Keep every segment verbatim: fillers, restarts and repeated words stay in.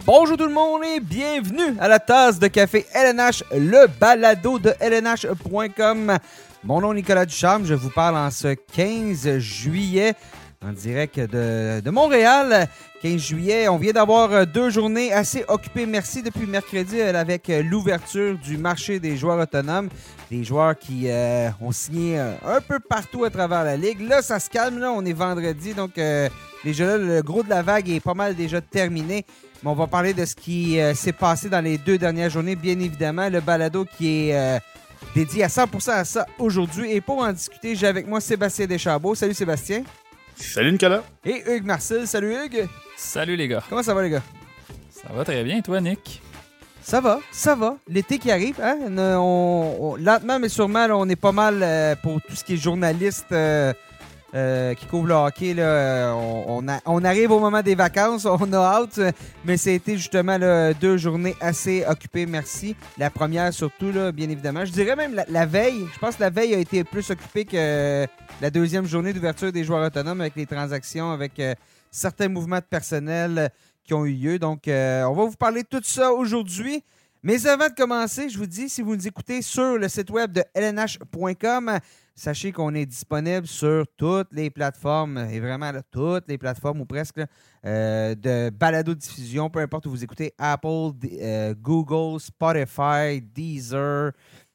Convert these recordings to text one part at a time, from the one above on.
Bonjour tout le monde et bienvenue à la tasse de café L N H, le balado de L N H point com. Mon nom est Nicolas Ducharme, je vous parle en ce quinze juillet en direct de, de Montréal. quinze juillet, on vient d'avoir deux journées assez occupées, merci, depuis mercredi avec l'ouverture du marché des joueurs autonomes. Des joueurs qui euh, ont signé un peu partout à travers la ligue. Là, ça se calme, là, on est vendredi, donc euh, déjà là, le gros de la vague est pas mal déjà terminé. Mais on va parler de ce qui euh, s'est passé dans les deux dernières journées, bien évidemment. Le balado qui est euh, dédié à cent pour cent à ça aujourd'hui. Et pour en discuter, j'ai avec moi Sébastien Deschambault. Salut Sébastien. Salut Nicolas. Et Hugues Marcel. Salut Hugues. Salut les gars. Comment ça va les gars? Ça va très bien, toi Nick? Ça va, ça va. L'été qui arrive, hein? On, on, lentement mais sûrement, là, on est pas mal euh, pour tout ce qui est journaliste euh, euh, qui couvre le hockey. Là, on, on, a, on arrive au moment des vacances, on a hâte, mais ça a été justement là, deux journées assez occupées, merci. La première surtout, là, bien évidemment. Je dirais même la, la veille. Je pense que la veille a été plus occupée que la deuxième journée d'ouverture des joueurs autonomes avec les transactions, avec euh, certains mouvements de personnel qui ont eu lieu. Donc, euh, on va vous parler de tout ça aujourd'hui. Mais avant de commencer, je vous dis, si vous nous écoutez sur le site web de L N H point com, sachez qu'on est disponible sur toutes les plateformes, et vraiment là, toutes les plateformes ou presque, là, euh, de balado-diffusion, peu importe où vous écoutez, Apple, euh, Google, Spotify, Deezer,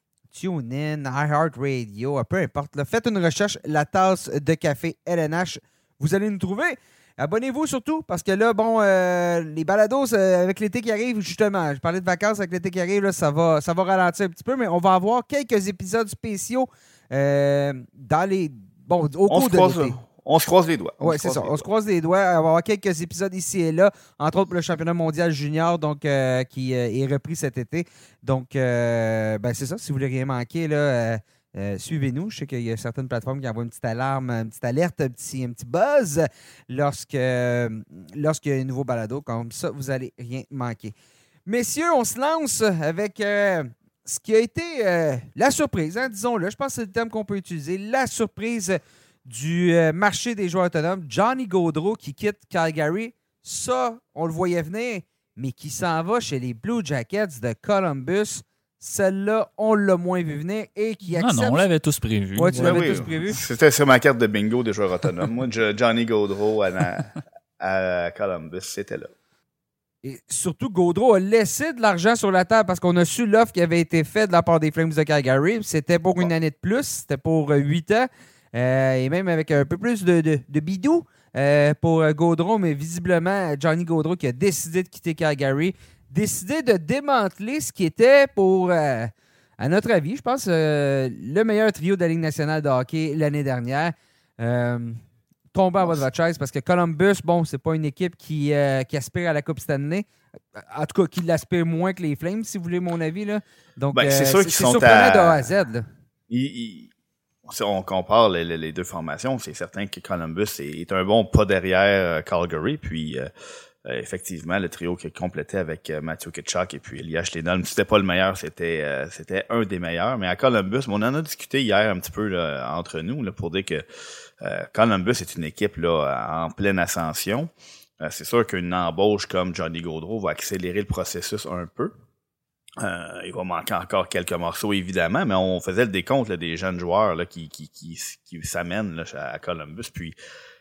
TuneIn, iHeartRadio, peu importe. Là, faites une recherche, la tasse de café L N H, vous allez nous trouver. Abonnez-vous surtout, parce que là, bon, euh, les balados euh, avec l'été qui arrive, justement, je parlais de vacances avec l'été qui arrive, là, ça va, ça va ralentir un petit peu, mais on va avoir quelques épisodes spéciaux euh, dans les... Bon, au on cours de croise, l'été. On se croise les doigts. Oui, c'est ça. On se croise les doigts. On va avoir quelques épisodes ici et là, entre autres pour le championnat mondial junior, donc euh, qui euh, est repris cet été. Donc, euh, ben c'est ça. Si vous voulez rien manquer, là... Euh, Euh, suivez-nous. Je sais qu'il y a certaines plateformes qui envoient une petite alarme, une petite alerte, un petit, un petit buzz lorsque, euh, lorsqu'il y a un nouveau balado. Comme ça, vous n'allez rien manquer. Messieurs, on se lance avec euh, ce qui a été euh, la surprise, hein, disons-le. Je pense que c'est le terme qu'on peut utiliser. La surprise du euh, marché des joueurs autonomes. Johnny Gaudreau qui quitte Calgary. Ça, on le voyait venir, mais qui s'en va chez les Blue Jackets de Columbus. Celle-là, on l'a moins vu venir et qui accepte... Non, non, on l'avait tous prévu. Oui, tu Ouais, l'avais oui, tous prévu. C'était sur ma carte de bingo des joueurs autonomes. Moi, Johnny Gaudreau à, la, à Columbus, c'était là. Et surtout, Gaudreau a laissé de l'argent sur la table parce qu'on a su l'offre qui avait été faite de la part des Flames de Calgary. C'était pour une année de plus. C'était pour huit ans. Euh, et même avec un peu plus de, de, de bidou euh, pour Gaudreau. Mais visiblement, Johnny Gaudreau qui a décidé de quitter Calgary... décidé de démanteler ce qui était pour, euh, à notre avis, je pense, euh, le meilleur trio de la Ligue nationale de hockey l'année dernière. Euh, tombé en bas de votre chaise parce que Columbus, bon, c'est pas une équipe qui, euh, qui aspire à la Coupe Stanley. En tout cas, qui l'aspire moins que les Flames, si vous voulez mon avis. Là. Donc, ben, c'est euh, sûr qu'ils c'est sont surprenant à... de A à Z. Là. Ils, ils... Si on compare les, les deux formations, c'est certain que Columbus est, est un bon pas derrière Calgary. Puis... Euh, Euh, effectivement, le trio qui est complété avec euh, Matthew Tkachuk et puis Elias Lindholm, c'était pas le meilleur, c'était euh, c'était un des meilleurs. Mais à Columbus, on en a discuté hier un petit peu là, entre nous là, pour dire que euh, Columbus est une équipe là en pleine ascension. Euh, c'est sûr qu'une embauche comme Johnny Gaudreau va accélérer le processus un peu. Euh, il va manquer encore quelques morceaux, évidemment, mais on faisait le décompte là, des jeunes joueurs là, qui, qui, qui, qui s'amènent là, à Columbus. Puis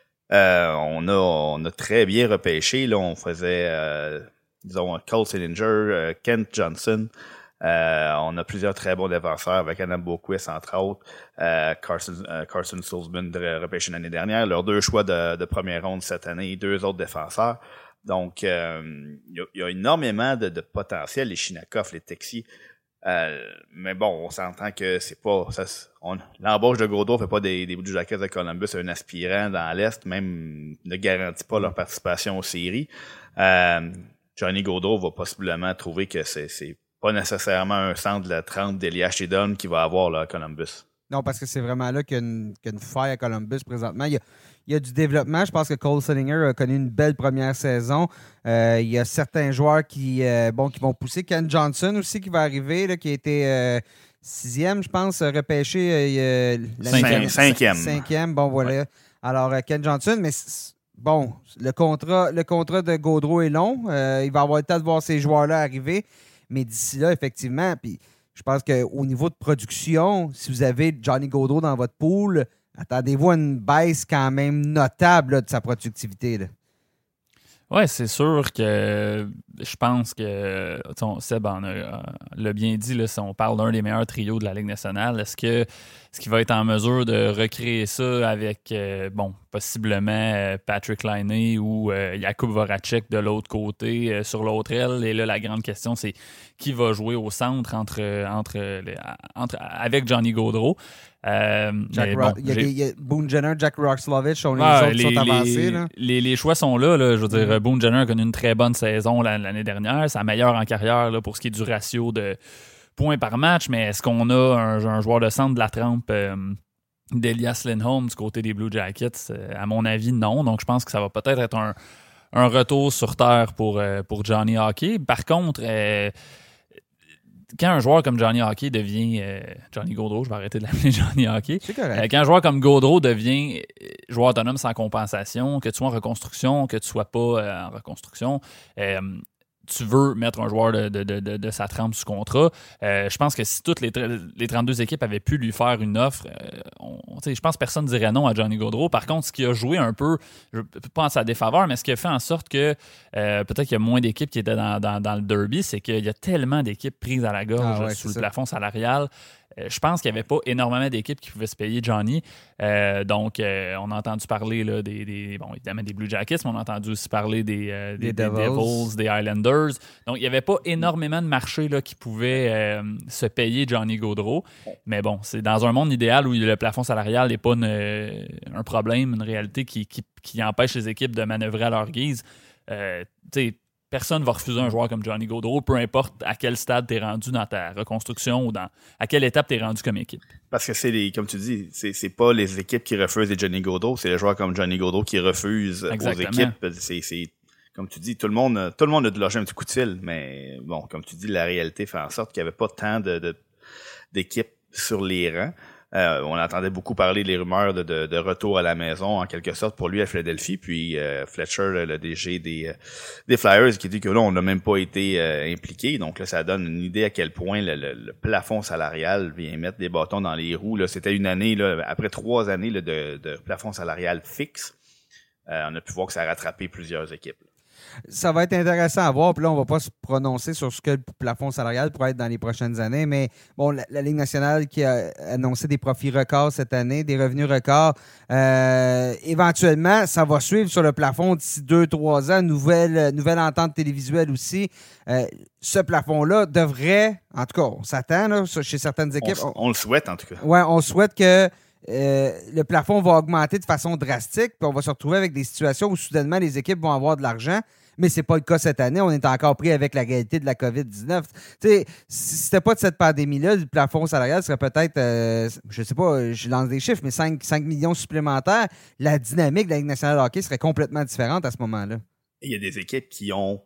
Euh, on a on a très bien repêché. Là, on faisait, euh, disons, Cole Sillinger, euh, Kent Johnson. Euh, on a plusieurs très bons défenseurs avec Adam Boquist, entre autres. Euh, Carson, euh, Carson Sulzman, repêché l'année dernière. Leurs deux choix de, de première ronde cette année, deux autres défenseurs. Donc, euh, il y, y a énormément de, de potentiel, les Shinakov, les Texier. Euh, mais bon, on s'entend que c'est pas ça, on, l'embauche de Gaudreau fait pas des, des Blue Jackets de Columbus un aspirant dans l'Est, même ne garantit pas leur participation aux séries. Euh, Johnny Gaudreau va possiblement trouver que c'est, c'est pas nécessairement un centre de la trente d'Elias Lindholm qui va avoir là, à Columbus. Non, parce que c'est vraiment là qu'il y a une, qu'il y a une faille à Columbus présentement. Il y a, il y a du développement. Je pense que Cole Sillinger a connu une belle première saison. Euh, il y a certains joueurs qui, euh, bon, qui vont pousser. Ken Johnson aussi qui va arriver, là, qui a été euh, sixième, je pense, repêché. Euh, Cinquième. Cinquième. Cinquième, bon, voilà. Ouais. Alors, euh, Ken Johnson, mais bon, le contrat, le contrat de Gaudreau est long. Euh, il va avoir le temps de voir ces joueurs-là arriver. Mais d'ici là, effectivement, puis je pense qu'au niveau de production, si vous avez Johnny Gaudreau dans votre pool, attendez-vous à une baisse quand même notable là, de sa productivité. Là. Oui, c'est sûr que je pense que Seb en a, l'a bien dit, là, si on parle d'un des meilleurs trios de la Ligue nationale, est-ce que est-ce qu'il va être en mesure de recréer ça avec euh, bon, possiblement euh, Patrick Laine ou euh, Jakub Voracek de l'autre côté euh, sur l'autre aile? Et là, la grande question, c'est qui va jouer au centre entre, entre, les, entre avec Johnny Gaudreau. Euh, Jack bon, Rock, il y a, des, il y a Boone Jenner, Jack Rockslovich, on les ah, autres les, sont avancés. Les, là. Les, les choix sont là. là. Je veux dire, Mm-hmm. Boone Jenner a connu une très bonne saison l'année dernière. C'est la meilleure en carrière là, pour ce qui est du ratio de points par match. Mais est-ce qu'on a un, un joueur de centre de la trempe euh, d'Elias Lindholm du côté des Blue Jackets? À mon avis, non. Donc, je pense que ça va peut-être être un, un retour sur terre pour, euh, pour Johnny Hockey. Par contre, euh, quand un joueur comme Johnny Hockey devient euh, Johnny Gaudreau, je vais arrêter de l'appeler Johnny Hockey. C'est correct. Euh, quand un joueur comme Gaudreau devient joueur autonome sans compensation, que tu sois en reconstruction, que tu sois pas euh, en reconstruction, euh, tu veux mettre un joueur de, de, de, de sa trempe sous contrat. Euh, je pense que si toutes les, les trente-deux équipes avaient pu lui faire une offre, euh, on, je pense que personne ne dirait non à Johnny Gaudreau. Par contre, ce qui a joué un peu, je pense à sa défaveur, mais ce qui a fait en sorte que euh, peut-être qu'il y a moins d'équipes qui étaient dans, dans, dans le derby, c'est qu'il y a tellement d'équipes prises à la gorge ah ouais, sous le ça. plafond salarial. Je pense qu'il n'y avait pas énormément d'équipes qui pouvaient se payer Johnny. Euh, donc, euh, on a entendu parler là, des, des, bon, évidemment des Blue Jackets, mais on a entendu aussi parler des, euh, des, des, des Devils, des Islanders. Donc, il n'y avait pas énormément de marchés là, qui pouvaient euh, se payer Johnny Gaudreau. Mais bon, c'est dans un monde idéal où le plafond salarial n'est pas une, un problème, une réalité qui, qui, qui empêche les équipes de manœuvrer à leur guise. Euh, tu sais, personne ne va refuser un joueur comme Johnny Gaudreau, peu importe à quel stade tu es rendu dans ta reconstruction ou dans à quelle étape tu es rendu comme équipe. Parce que c'est les, comme tu dis, c'est, c'est pas les équipes qui refusent des Johnny Gaudreau, c'est les joueurs comme Johnny Gaudreau qui refusent Exactement. Aux équipes. C'est, c'est, comme tu dis, tout le monde, tout le monde a dû lâcher un petit coup de fil, mais bon, comme tu dis, la réalité fait en sorte qu'il n'y avait pas tant de, de, d'équipes sur les rangs. Euh, on entendait beaucoup parler des rumeurs de, de, de retour à la maison, en quelque sorte, pour lui à Philadelphie. Puis euh, Fletcher, le, le D G des, euh, des Flyers, qui dit que là, on n'a même pas été euh, impliqué. Donc là, ça donne une idée à quel point le, le, le plafond salarial vient mettre des bâtons dans les roues. Là, c'était une année, là, après trois années là, de, de plafond salarial fixe, euh, on a pu voir que ça a rattrapé plusieurs équipes. Ça va être intéressant à voir. Puis là, on ne va pas se prononcer sur ce que le plafond salarial pourrait être dans les prochaines années. Mais bon, la, la Ligue nationale qui a annoncé des profits records cette année, des revenus records, euh, éventuellement, ça va suivre sur le plafond d'ici deux, trois ans. Nouvelle, nouvelle entente télévisuelle aussi. Euh, ce plafond-là devrait, en tout cas, on s'attend là, chez certaines équipes. On, on le souhaite, en tout cas. Oui, on souhaite que Euh, le plafond va augmenter de façon drastique, puis on va se retrouver avec des situations où soudainement les équipes vont avoir de l'argent, mais c'est pas le cas cette année. On est encore pris avec la réalité de la covid dix-neuf. Tu sais, si c'était pas de cette pandémie-là, le plafond salarial serait peut-être, euh, je sais pas, je lance des chiffres, mais cinq, cinq millions supplémentaires. La dynamique de la Ligue nationale de hockey serait complètement différente à ce moment-là. Il y a des équipes qui ont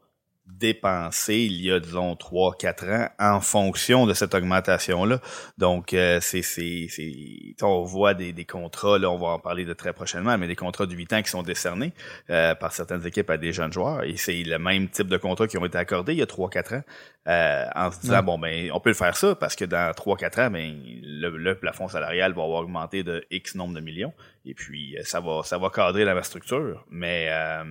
dépensé il y a, disons, trois quatre ans en fonction de cette augmentation-là. Donc, euh, c'est, c'est, c'est, on voit des, des contrats, là, on va en parler de très prochainement, mais des contrats de huit ans qui sont décernés euh, par certaines équipes à des jeunes joueurs. Et c'est le même type de contrats qui ont été accordés il y a trois quatre ans, euh, en se disant, ouais. bon, ben, on peut le faire ça parce que dans trois quatre ans, ben, le, le plafond salarial va avoir augmenté de X nombre de millions. Et puis, ça va, ça va cadrer la structure. Mais, euh,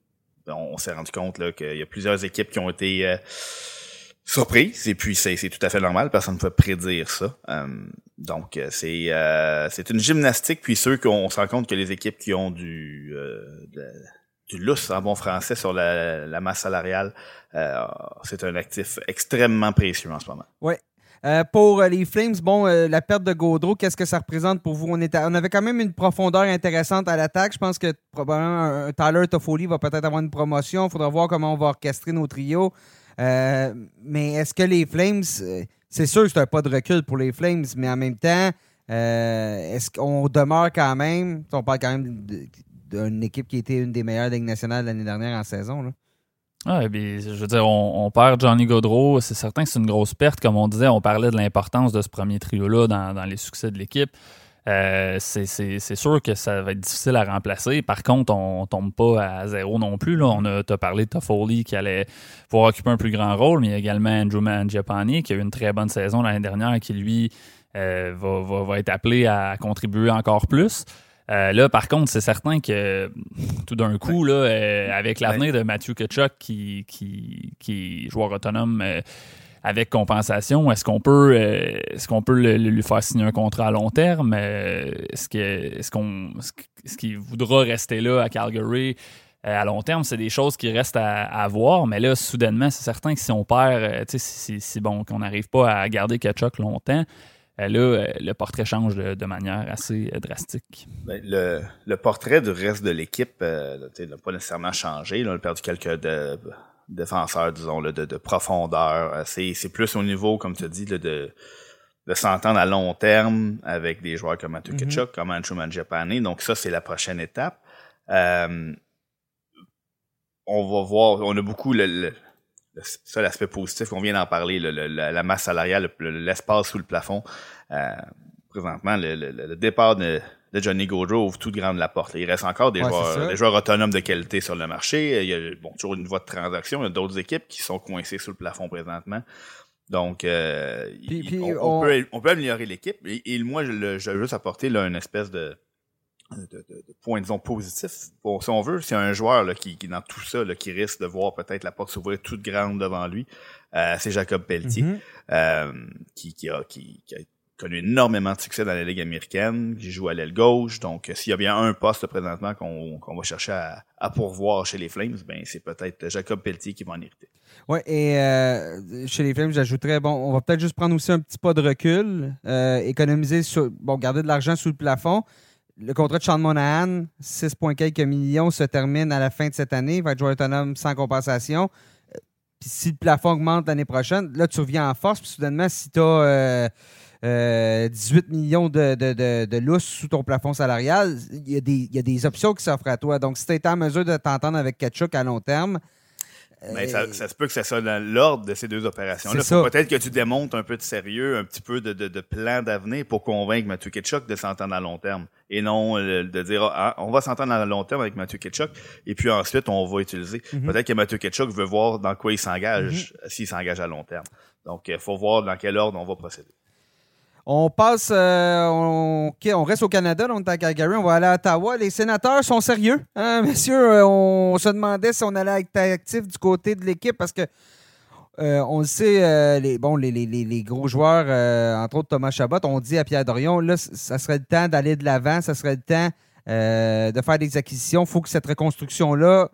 on s'est rendu compte là, qu'il y a plusieurs équipes qui ont été euh, surprises, et puis c'est, c'est tout à fait normal, personne ne peut prédire ça. Euh, donc, c'est euh, c'est une gymnastique, puis ceux qu'on se rend compte que les équipes qui ont du, euh, de, du lousse en bon français sur la, la masse salariale, euh, c'est un actif extrêmement précieux en ce moment. Oui. Euh, pour euh, les Flames, bon, euh, la perte de Gaudreau, qu'est-ce que ça représente pour vous? On, était, on avait quand même une profondeur intéressante à l'attaque. Je pense que probablement un, un Tyler Toffoli va peut-être avoir une promotion. Il faudra voir comment on va orchestrer nos trios. Euh, mais est-ce que les Flames, euh, c'est sûr que c'est un pas de recul pour les Flames, mais en même temps, euh, est-ce qu'on demeure quand même, on parle quand même d'une équipe qui était une des meilleures Ligues nationales l'année dernière en saison, là? Ah, bien, je veux dire, on, on perd Johnny Gaudreau. C'est certain que c'est une grosse perte. Comme on disait, on parlait de l'importance de ce premier trio-là dans, dans les succès de l'équipe. Euh, c'est, c'est, c'est sûr que ça va être difficile à remplacer. Par contre, on ne tombe pas à zéro non plus. Là. On a t'as parlé de Toffoli qui allait pouvoir occuper un plus grand rôle, mais il y a également Andrew Mangiapane qui a eu une très bonne saison l'année dernière qui, lui, euh, va, va, va être appelé à contribuer encore plus. Euh, là, par contre, c'est certain que tout d'un coup, là, euh, avec l'avenir de Matthew Tkachuk qui, qui, qui est joueur autonome euh, avec compensation, est-ce qu'on peut, euh, est-ce qu'on peut le, le, lui faire signer un contrat à long terme? Euh, est-ce, que, est-ce, qu'on, est-ce qu'il voudra rester là à Calgary euh, à long terme? C'est des choses qui restent à, à voir, mais là, soudainement, c'est certain que si on perd, euh, tu sais, si, si, si bon, qu'on n'arrive pas à garder Tkachuk longtemps, là, le portrait change de, de manière assez drastique. Ben, le, le portrait du reste de l'équipe euh, n'a pas nécessairement changé. Là, on a perdu quelques de, défenseurs, disons, là, de, de profondeur. C'est, c'est plus au niveau, comme tu as dit, là, de, de s'entendre à long terme avec des joueurs comme Matthew Tkachuk, mm-hmm. comme Andrew Mangiapane. Donc ça, c'est la prochaine étape. Euh, on va voir, on a beaucoup... le, le ça, l'aspect positif, on vient d'en parler, le, le, la masse salariale, le, l'espace sous le plafond. Euh, présentement, le, le, le départ de, de Johnny Gaudreau ouvre toute grande la porte. Il reste encore des, ouais, joueurs, des joueurs autonomes de qualité sur le marché. Il y a bon, toujours une voie de transaction. Il y a d'autres équipes qui sont coincées sous le plafond présentement. Donc, euh, puis, il, puis on, on, on... Peut, on peut améliorer l'équipe. Et, et moi, je, le, je veux juste apporter là, une espèce de... De, de, de points, disons, positifs. Bon, si on veut, c'est un joueur là, qui, qui, dans tout ça, là, qui risque de voir peut-être la porte s'ouvrir toute grande devant lui. Euh, c'est Jacob Pelletier, mm-hmm. euh, qui, qui, a, qui, qui a connu énormément de succès dans la Ligue américaine, qui joue à l'aile gauche. Donc, s'il y a bien un poste présentement qu'on, qu'on va chercher à, à pourvoir chez les Flames, ben c'est peut-être Jacob Pelletier qui va en hériter. Oui, et euh, chez les Flames, j'ajouterais, bon, on va peut-être juste prendre aussi un petit pas de recul, euh, économiser, sur, bon, garder de l'argent sous le plafond. Le contrat de Sean Monahan, six virgule quelques millions, se termine à la fin de cette année. Il va être joueur autonome sans compensation. Puis si le plafond augmente l'année prochaine, là, tu reviens en force. Puis soudainement, si tu as euh, euh, dix-huit millions de, de, de, de lousse sous ton plafond salarial, il y a des, il y a des options qui s'offrent à toi. Donc, si tu es en mesure de t'entendre avec Tkachuk à long terme, mais ça, ça se peut que c'est ça dans l'ordre de ces deux opérations-là. Faut peut-être que tu démontes un peu de sérieux, un petit peu de, de, de plan d'avenir pour convaincre Matthew Tkachuk de s'entendre à long terme. Et non euh, de dire ah, on va s'entendre à long terme avec Matthew Tkachuk et puis ensuite on va utiliser. Mm-hmm. Peut-être que Matthew Tkachuk veut voir dans quoi il s'engage, mm-hmm. s'il s'engage à long terme. Donc, il faut voir dans quel ordre on va procéder. On passe, euh, on, okay, on reste au Canada, on est à Calgary, on va aller à Ottawa. Les sénateurs sont sérieux, hein, messieurs? On se demandait si on allait être actif du côté de l'équipe parce que euh, on le sait, euh, les, bon, les, les, les gros joueurs, euh, entre autres Thomas Chabot, on dit à Pierre Dorion, là, ça serait le temps d'aller de l'avant, ça serait le temps euh, de faire des acquisitions. Il faut que cette reconstruction-là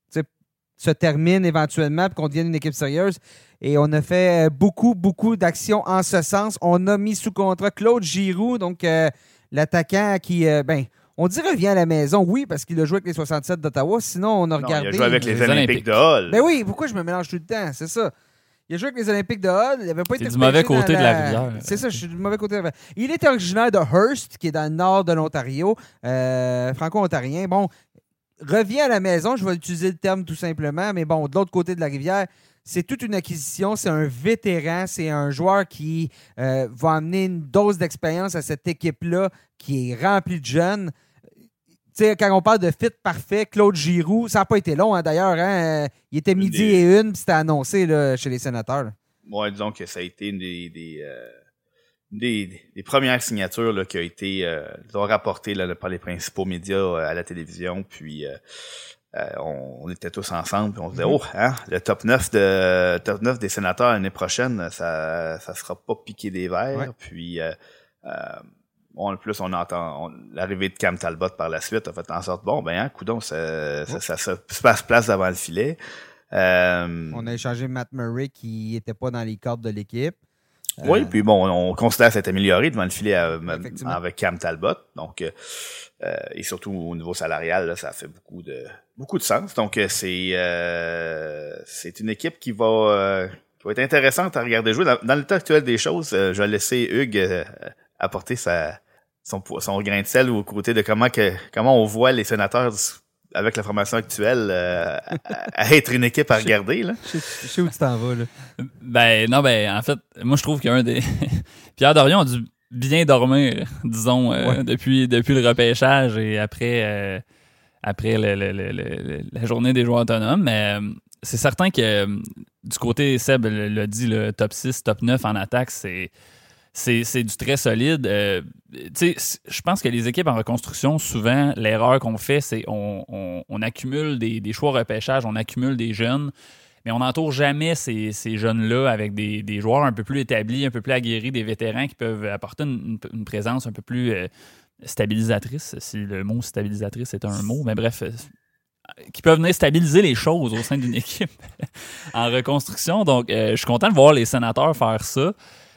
se termine éventuellement et qu'on devienne une équipe sérieuse. Et on a fait beaucoup, beaucoup d'actions en ce sens. On a mis sous contrat Claude Giroux, donc euh, l'attaquant qui, euh, ben, on dit revient à la maison, oui, parce qu'il a joué avec les soixante-sept d'Ottawa. Sinon, on a non, regardé... il a joué avec les, les Olympiques, Olympiques de Hall. Ben oui, pourquoi je me mélange tout le temps? C'est ça. Il a joué avec les Olympiques de Hall. Il avait pas C'est été du mauvais côté la... de la rivière. C'est ça, je suis du mauvais côté de la rivière. Il est originaire de Hearst, qui est dans le nord de l'Ontario, euh, franco-ontarien. Bon, revient à la maison, je vais utiliser le terme tout simplement, mais bon, de l'autre côté de la rivière, c'est toute une acquisition, c'est un vétéran, c'est un joueur qui euh, va amener une dose d'expérience à cette équipe-là qui est remplie de jeunes. Tu sais, quand on parle de fit parfait, Claude Giroux, ça n'a pas été long hein, d'ailleurs, hein, il était midi des... et une, puis c'était annoncé là, chez les sénateurs. Oui, disons que ça a été une des... des euh... Des, des premières signatures là, qui a été euh, rapportées là, par les principaux médias euh, à la télévision. Puis euh, euh, on, on était tous ensemble puis on se disait mm-hmm. oh hein, le top neuf de top neuf des sénateurs l'année prochaine, ça ça sera pas piqué des verres. Ouais. Puis euh, euh, bon, en plus on entend on, l'arrivée de Cam Talbot par la suite a fait en sorte bon ben hein, coudonc, ça, oh. ça, ça, ça se passe place devant le filet. Euh, on a échangé Matt Murray qui était pas dans les cordes de l'équipe. Oui, puis bon, on considère s'être amélioré devant le filet à, avec Cam Talbot. Donc, euh, et surtout au niveau salarial, là, ça fait beaucoup de beaucoup de sens. Donc, c'est euh, c'est une équipe qui va, euh, qui va être intéressante à regarder jouer. Dans, dans l'état actuel des choses, euh, je vais laisser Hugues euh, apporter sa son, son grain de sel aux côtés de comment que comment on voit les sénateurs avec la formation actuelle, euh, à, à être une équipe à regarder. Là. Je, je sais où tu t'en vas. Là. Ben, non, ben, en fait, moi, je trouve qu'un des... Pierre Dorion a dû bien dormir, disons, euh, Ouais. depuis, depuis le repêchage et après, euh, après le, le, le, le, la journée des joueurs autonomes. Mais euh, c'est certain que euh, du côté, Seb l'a dit, le top six, top neuf en attaque, c'est, c'est, c'est du très solide. Euh, tu sais, je pense que les équipes en reconstruction, souvent, l'erreur qu'on fait, c'est on, on, on accumule des, des choix repêchage, on accumule des jeunes, mais on n'entoure jamais ces, ces jeunes-là avec des, des joueurs un peu plus établis, un peu plus aguerris, des vétérans qui peuvent apporter une, une présence un peu plus euh, stabilisatrice, si le mot stabilisatrice est un mot, mais bref, euh, qui peuvent venir stabiliser les choses au sein d'une équipe en reconstruction. Donc, euh, je suis content de voir les Sénateurs faire ça.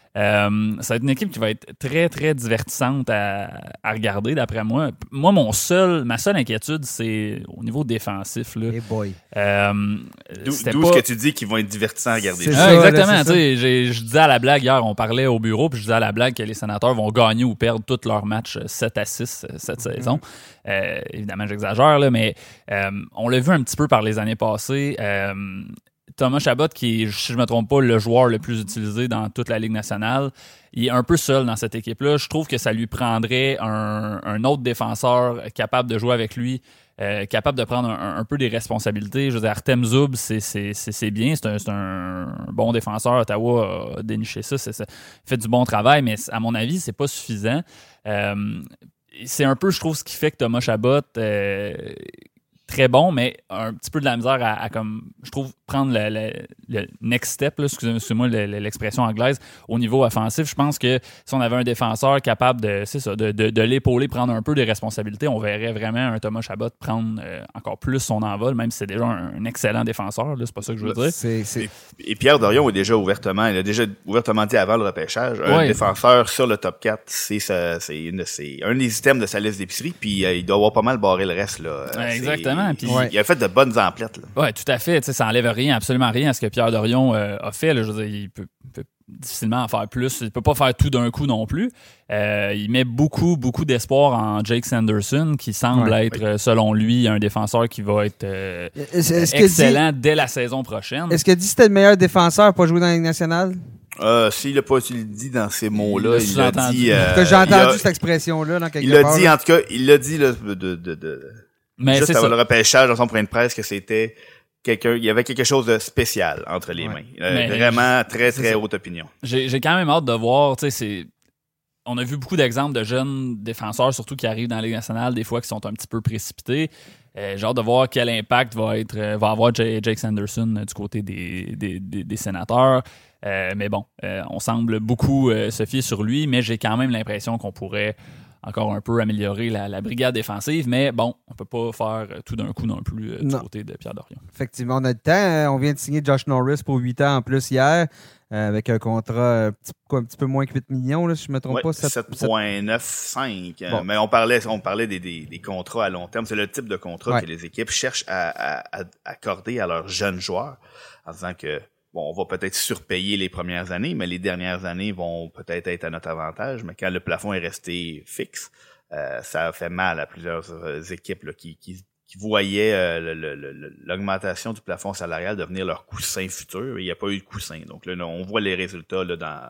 Euh, ça va être une équipe qui va être très, très divertissante à, à regarder, d'après moi. Moi, mon seul, ma seule inquiétude, c'est au niveau défensif. Là. Hey boy. Euh, D'où c'était d'où pas... ce que tu dis qu'ils vont être divertissants à regarder. C'est Ah, ça, exactement. là, c'est tu sais, j'ai- Je disais à la blague hier, on parlait au bureau, puis je disais à la blague que les Sénateurs vont gagner ou perdre tous leurs matchs sept à six euh, cette Mm-hmm. saison. Euh, évidemment, j'exagère, là, mais euh, on l'a vu un petit peu par les années passées. Euh, Thomas Chabot, qui est, si je ne me trompe pas, le joueur le plus utilisé dans toute la Ligue nationale, il est un peu seul dans cette équipe-là. Je trouve que ça lui prendrait un, un autre défenseur capable de jouer avec lui, euh, capable de prendre un, un peu des responsabilités. Je veux dire, Artem Zub, c'est, c'est, c'est, c'est bien, c'est un, c'est un bon défenseur. Ottawa a déniché ça, c'est, c'est, fait du bon travail, mais à mon avis, c'est pas suffisant. Euh, c'est un peu, je trouve, ce qui fait que Thomas Chabot... Euh, très bon, mais un petit peu de la misère à, à comme, je trouve, prendre le, le, le next step, là, excusez, excusez-moi le, le, l'expression anglaise, au niveau offensif. Je pense que si on avait un défenseur capable de, c'est ça, de, de, de l'épauler, prendre un peu des responsabilités, on verrait vraiment un Thomas Chabot prendre euh, encore plus son envol, même si c'est déjà un, un excellent défenseur, là, c'est pas ça que je veux dire. C'est, c'est... Et, et Pierre Dorion est déjà ouvertement, il a déjà ouvertement dit avant le repêchage, un Ouais. défenseur sur le top quatre, c'est, sa, c'est, une, c'est un des items de sa liste d'épicerie, puis euh, il doit avoir pas mal barré le reste. Là. Ouais, C'est- exactement, puis- il, Ouais. il a fait de bonnes emplettes. Là. Oui, tout à fait. Tu sais, ça enlève rien, absolument rien à ce que Pierre Dorion euh, a fait. Là. Je veux dire, il peut, peut difficilement en faire plus. Il peut pas faire tout d'un coup non plus. Euh, il met beaucoup, beaucoup d'espoir en Jake Sanderson, qui semble Ouais. être, euh, selon lui, un défenseur qui va être euh, Est-ce, est-ce que excellent dès la saison prochaine. dit, est-ce que dit que c'était le meilleur défenseur à pas jouer dans la Ligue nationale? Euh, s'il l'a pas dit dans ces mots-là, Il il l'a l'a sous-entendu. dit... euh, que j'ai entendu il a- cette expression-là dans quelque Il l'a part, dit, là. en tout cas, il l'a dit là, de, de, de, de Mais juste c'est avant ça. le repêchage dans son point de presse que c'était quelqu'un, il y avait quelque chose de spécial entre les Ouais. mains. Euh, Mais vraiment très c'est très ça. haute opinion. J'ai, j'ai quand même hâte de voir, tu sais, c'est... On a vu beaucoup d'exemples de jeunes défenseurs, surtout qui arrivent dans la Ligue nationale, des fois qui sont un petit peu précipités. Euh, j'ai hâte de voir quel impact va être euh, va avoir J- Jake Sanderson euh, du côté des, des, des, des Sénateurs. Euh, mais bon, euh, on semble beaucoup euh, se fier sur lui, mais j'ai quand même l'impression qu'on pourrait encore un peu améliorer la, la brigade défensive. Mais bon, on peut pas faire euh, tout d'un coup non plus euh, du Non. côté de Pierre Dorion. Effectivement, on a le temps. hein. On vient de signer Josh Norris pour huit ans en plus hier, euh, avec un contrat euh, petit, quoi, un petit peu moins que huit millions, là, si je ne me trompe Ouais, pas. sept- sept sept- virgule quatre-vingt-cinq. Bon. Mais on parlait, on parlait des, des, des contrats à long terme. C'est le type de contrat Ouais. que les équipes cherchent à, à, à accorder à leurs jeunes joueurs en disant que bon, on va peut-être surpayer les premières années, mais les dernières années vont peut-être être à notre avantage. Mais quand le plafond est resté fixe, euh, ça a fait mal à plusieurs euh, équipes là, qui, qui, qui voyaient euh, le- le- le- l'augmentation du plafond salarial devenir leur coussin futur. Il n'y a pas eu de coussin. Donc là, on voit les résultats là, dans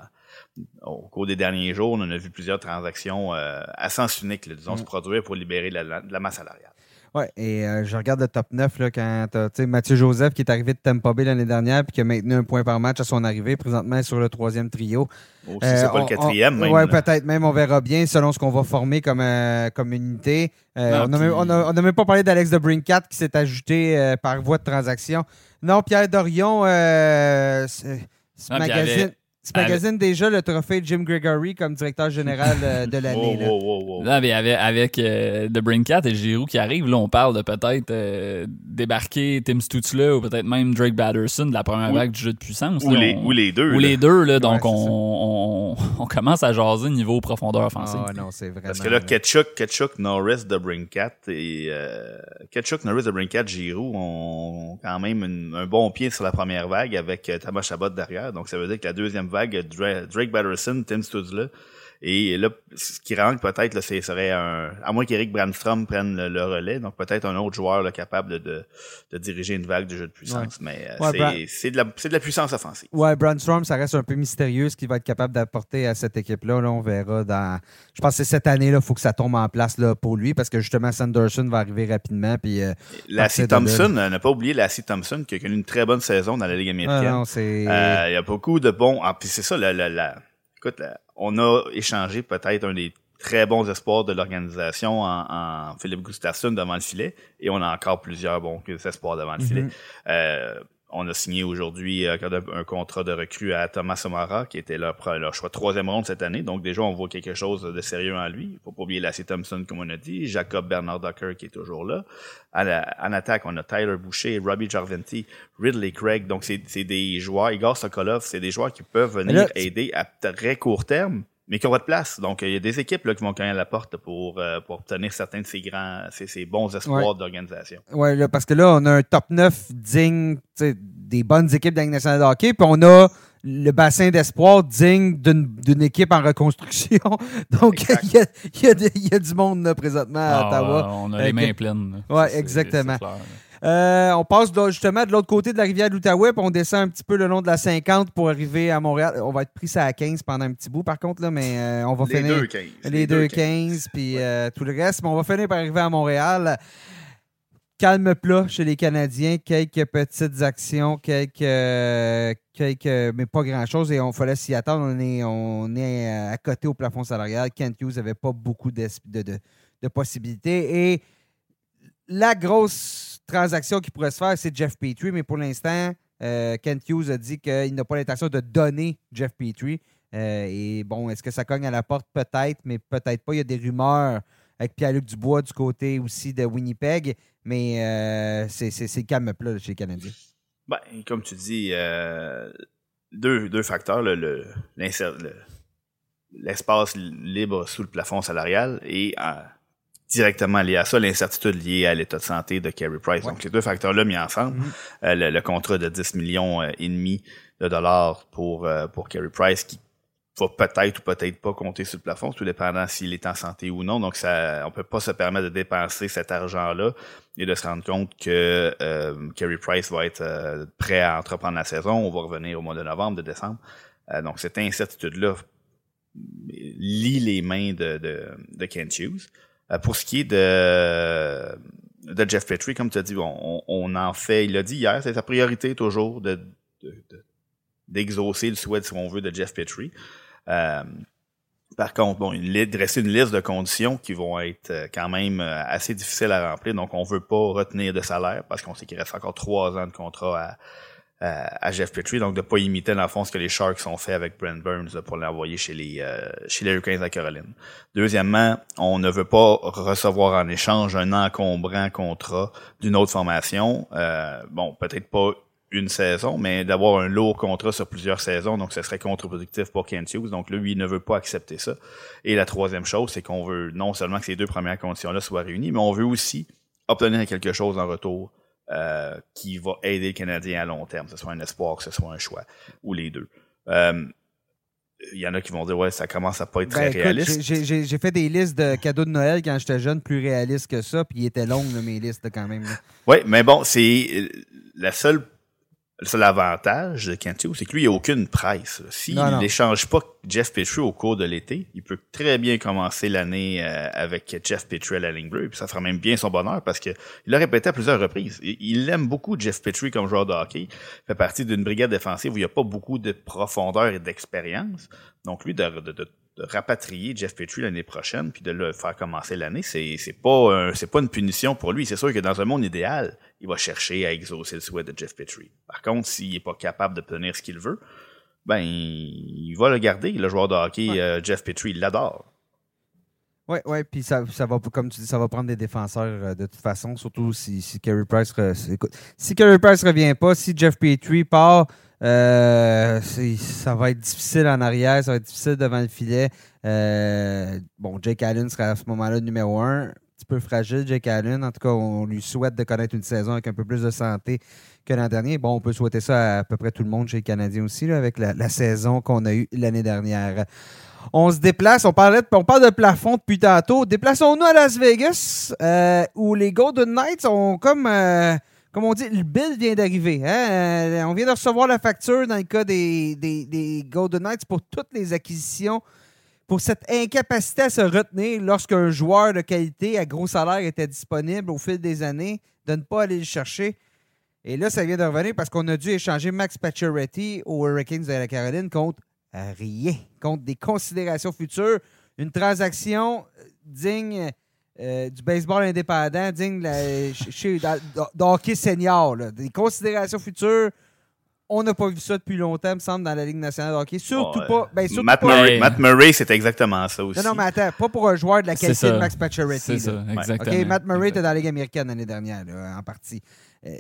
au cours des derniers jours. On a vu plusieurs transactions euh, à sens unique, là, disons, Mm. se produire pour libérer de la, de la masse salariale. Ouais, et euh, je regarde le top neuf là, quand t'as tu sais, Mathieu Joseph qui est arrivé de Tampa Bay l'année dernière puis qui a maintenu un point par match à son arrivée, présentement il est sur le troisième trio. Aussi, Euh, c'est pas on- le quatrième, on- même. Ouais, là. peut-être même, on verra bien selon ce qu'on va former comme, euh, comme unité. Euh, Non, on n'a puis- même, on a- on a même pas parlé d'Alex de Brincat qui s'est ajouté euh, par voie de transaction. Non, Pierre Dorion euh, se, se Ah, puis magasine, avec- se magasine déjà le trophée Jim Gregory comme directeur général euh, de l'année. Wow, là. wow, wow, wow. Là, mais avec, avec euh, The Brincat et Giroux qui arrivent, là, on parle de peut-être euh, débarquer Tim Stutzla ou peut-être même Drake Batterson de la première Ou- vague du jeu de puissance. Ou, là, les, on- ou les deux. ou là. les deux, là, donc Ouais, c'est on, on, on commence à jaser niveau profondeur offensive. Ah non, c'est vraiment. Parce que là, Ketchuk, Ketchuk, Norris, DeBrincat et euh, Ketchuk, Norris, DeBrincat, Giroux ont quand même une- un bon pied sur la première vague avec euh, Thomas Chabot derrière. Donc ça veut dire que la deuxième vague, Dra- Drake Batterson, Tim Stutzla Et là, ce qui rend peut-être, là, ce serait un, à moins qu'Eric Brandstrom prenne le, le relais, donc peut-être un autre joueur là, capable de, de, de diriger une vague de jeu de puissance. Ouais. Mais euh, ouais, c'est, Bra- c'est, de la, c'est de la puissance offensive. Ouais, Brandstrom, ça reste un peu mystérieux ce qu'il va être capable d'apporter à cette équipe-là. Là, on verra dans. Je pense que c'est cette année, il faut que ça tombe en place là, pour lui, parce que justement, Sanderson va arriver rapidement. Puis, euh, Lassie Thompson, euh, n'a pas oublié Lassie Thompson, qui a connu une très bonne saison dans la Ligue américaine. Ah non, c'est... Euh, il y a beaucoup de bons. Ah, puis c'est ça, la, la, la... écoute, la... on a échangé peut-être un des très bons espoirs de l'organisation en, en Philippe Gustafsson devant le filet, et on a encore plusieurs bons espoirs devant le mm-hmm. filet. Euh, on a signé aujourd'hui euh, un contrat de recrue à Thomas Samara, qui était leur, leur choix troisième ronde cette année. Donc déjà, on voit quelque chose de sérieux en lui. Il faut pas oublier Lassie Thompson, comme on a dit, Jacob Bernard-Docker qui est toujours là. À la, en attaque, on a Tyler Boucher, Robbie Jarventi, Ridley Craig. Donc c'est, c'est des joueurs, Igor Sokolov, c'est des joueurs qui peuvent venir là, aider à très court terme, mais qui ont pas de place. Donc, il y a des équipes là, qui vont cogner à la porte pour, euh, pour obtenir certains de ces grands, ces, ces bons espoirs ouais. d'organisation. Oui, parce que là, on a un top neuf digne des bonnes équipes de la Ligue nationale de hockey, puis on a le bassin d'espoir digne d'une, d'une équipe en reconstruction. Donc, il y a, y, a y a du monde là, présentement à ah, Ottawa. Ouais, on a les mains que... pleines. Oui, exactement. C'est, c'est Euh, on passe de, justement de l'autre côté de la rivière de l'Outaouais, puis on descend un petit peu le long de la cinquante pour arriver à Montréal. On va être pris ça à quinze pendant un petit bout, par contre, là, mais euh, on va les finir... Deux quinze. Les, les deux quinze, puis ouais. euh, tout le reste. Mais on va finir par arriver à Montréal. Calme plat chez les Canadiens. Quelques petites actions, quelques... Euh, quelques mais pas grand-chose. Et on fallait s'y attendre. On est, on est à côté au plafond salarial. Kent Hughes n'avait pas beaucoup de, de, de, de possibilités. Et la grosse... transaction qui pourrait se faire, c'est Jeff Petrie, mais pour l'instant, euh, Kent Hughes a dit qu'il n'a pas l'intention de donner Jeff Petrie. Euh, et bon, est-ce que ça cogne à la porte? Peut-être, mais peut-être pas. Il y a des rumeurs avec Pierre-Luc Dubois du côté aussi de Winnipeg, mais euh, c'est, c'est, c'est calme plat chez les Canadiens. Ben, comme tu dis, euh, deux, deux facteurs, le, le, le, l'espace libre sous le plafond salarial et euh, directement lié à ça, l'incertitude liée à l'état de santé de Carey Price. Ouais. Donc, les deux facteurs-là mis ensemble, mm-hmm. euh, le, le contrat de dix millions euh, et demi de dollars pour euh, pour Carey Price qui va peut-être ou peut-être pas compter sur le plafond, tout dépendant s'il est en santé ou non. Donc, ça, on peut pas se permettre de dépenser cet argent-là et de se rendre compte que euh, Carey Price va être euh, prêt à entreprendre la saison. On va revenir au mois de novembre, de décembre. Euh, donc, cette incertitude-là lie les mains de, de, de Kent Hughes. Pour ce qui est de, de Jeff Petrie, comme tu as dit, on, on en fait, il l'a dit hier, c'est sa priorité toujours de, de, de, d'exaucer le souhait, si on veut, de Jeff Petrie. Euh, par contre, bon, il dresser une liste de conditions qui vont être quand même assez difficiles à remplir, donc on veut pas retenir de salaire parce qu'on sait qu'il reste encore trois ans de contrat à à Jeff Petrie, donc de ne pas imiter dans le fond ce que les Sharks ont fait avec Brent Burns là, pour l'envoyer chez les euh, chez les Hurricanes à Caroline. Deuxièmement, on ne veut pas recevoir en échange un encombrant contrat d'une autre formation. Euh, bon, peut-être pas une saison, mais d'avoir un lourd contrat sur plusieurs saisons, donc ce serait contre-productif pour Kent Hughes. Donc lui, il ne veut pas accepter ça. Et la troisième chose, c'est qu'on veut non seulement que ces deux premières conditions-là soient réunies, mais on veut aussi obtenir quelque chose en retour. Euh, qui va aider le Canadien à long terme, que ce soit un espoir, que ce soit un choix, ou les deux. Il euh, y en a qui vont dire, ouais, ça commence à pas être ben, très écoute, réaliste. J'ai, j'ai, j'ai fait des listes de cadeaux de Noël quand j'étais jeune, plus réalistes que ça, puis ils étaient longues, là, mes listes, quand même. Oui, mais bon, c'est la seule, le seul avantage de Kent Hughes, c'est que lui, il n'a aucune presse. S'il n'échange pas Jeff Petrie au cours de l'été, il peut très bien commencer l'année euh, avec Jeff Petrie à la ligne bleue, puis ça fera même bien son bonheur parce que il l'a répété à plusieurs reprises. Il aime beaucoup Jeff Petrie comme joueur de hockey. Il fait partie d'une brigade défensive où il n'y a pas beaucoup de profondeur et d'expérience. Donc lui, de, de, de, de rapatrier Jeff Petrie l'année prochaine puis de le faire commencer l'année, c'est, c'est pas un, c'est pas une punition pour lui. C'est sûr que dans un monde idéal, il va chercher à exaucer le souhait de Jeff Petrie. Par contre, s'il est pas capable d'obtenir ce qu'il veut, ben, il va le garder. Le joueur de hockey, ouais. euh, Jeff Petrie, il l'adore. Oui, oui, puis ça, ça va, comme tu dis, ça va prendre des défenseurs euh, de toute façon, surtout si, si Carey Price re, écoute, si Carey Price revient pas, si Jeff Petrie part, euh, c'est, ça va être difficile en arrière, ça va être difficile devant le filet. Euh, bon, Jake Allen sera à ce moment-là numéro un. Un petit peu fragile, Jake Allen. En tout cas, on lui souhaite de connaître une saison avec un peu plus de santé que l'an dernier. Bon, on peut souhaiter ça à, à peu près tout le monde chez les Canadiens aussi, là, avec la, la saison qu'on a eue l'année dernière. On se déplace, on, parlait de, on parle de plafond depuis tantôt. Déplaçons-nous à Las Vegas, euh, où les Golden Knights ont comme, euh, comme on dit, le bill vient d'arriver. Hein? Euh, on vient de recevoir la facture dans le cas des, des, des Golden Knights pour toutes les acquisitions, pour cette incapacité à se retenir lorsqu'un joueur de qualité à gros salaire était disponible au fil des années, de ne pas aller le chercher. Et là, ça vient de revenir parce qu'on a dû échanger Max Pacioretty aux Hurricanes de la Caroline contre rien, contre des considérations futures. Une transaction digne euh, du baseball indépendant, digne de la, chez, de hockey senior. Là. Des considérations futures, on n'a pas vu ça depuis longtemps, me semble, dans la Ligue nationale de hockey. Surtout oh, pas... Ben, surtout Matt, pas Murray, Matt Murray, c'est exactement ça aussi. Non, non, mais attends, pas pour un joueur de la qualité de Max Pacioretty. C'est ça, là. exactement. Okay, Matt Murray était dans la Ligue américaine l'année dernière, là, en partie. Euh,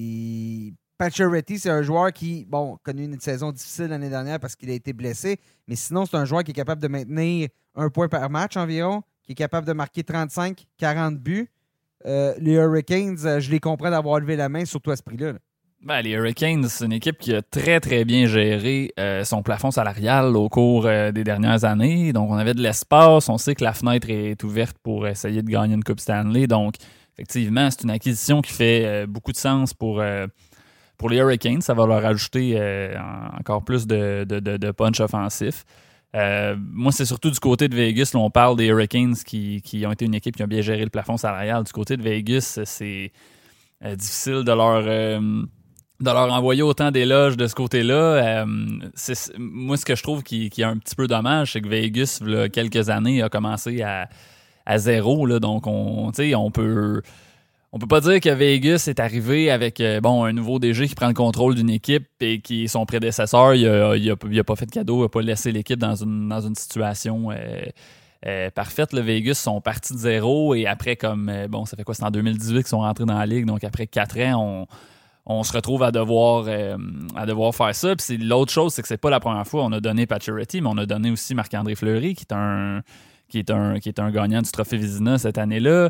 il... Pacioretty, c'est un joueur qui, bon, a connu une saison difficile l'année dernière parce qu'il a été blessé, mais sinon, c'est un joueur qui est capable de maintenir un point par match environ, qui est capable de marquer trente-cinq à quarante buts. Euh, les Hurricanes, je les comprends d'avoir levé la main, surtout à ce prix-là. Là. Ben, les Hurricanes, c'est une équipe qui a très, très bien géré euh, son plafond salarial au cours euh, des dernières années. Donc, on avait de l'espace. On sait que la fenêtre est ouverte pour essayer de gagner une Coupe Stanley. Donc, effectivement, c'est une acquisition qui fait euh, beaucoup de sens pour... Euh, Pour les Hurricanes, ça va leur ajouter euh, encore plus de, de, de, de punch offensif. Euh, moi, c'est surtout du côté de Vegas. Là, on parle des Hurricanes qui, qui ont été une équipe qui a bien géré le plafond salarial. Du côté de Vegas, c'est euh, difficile de leur, euh, de leur envoyer autant d'éloges de ce côté-là. Euh, c'est, moi, ce que je trouve qui, qui est un petit peu dommage, c'est que Vegas, il y a quelques années, a commencé à, à zéro. Là, donc, on, on peut... On peut pas dire que Vegas est arrivé avec euh, bon un nouveau D G qui prend le contrôle d'une équipe et qui son prédécesseur, il a, il a, il a pas fait de cadeau, il a pas laissé l'équipe dans une, dans une situation euh, euh, parfaite. Le Vegas sont partis de zéro et après, comme euh, bon, ça fait quoi? C'est en deux mille dix-huit qu'ils sont rentrés dans la Ligue, donc après quatre ans, on, on se retrouve à devoir, euh, à devoir faire ça. Puis c'est, l'autre chose, c'est que c'est pas la première fois on a donné Pacioretty, mais on a donné aussi Marc-André Fleury, qui est un qui est un, qui est un gagnant du Trophée Vizina cette année-là.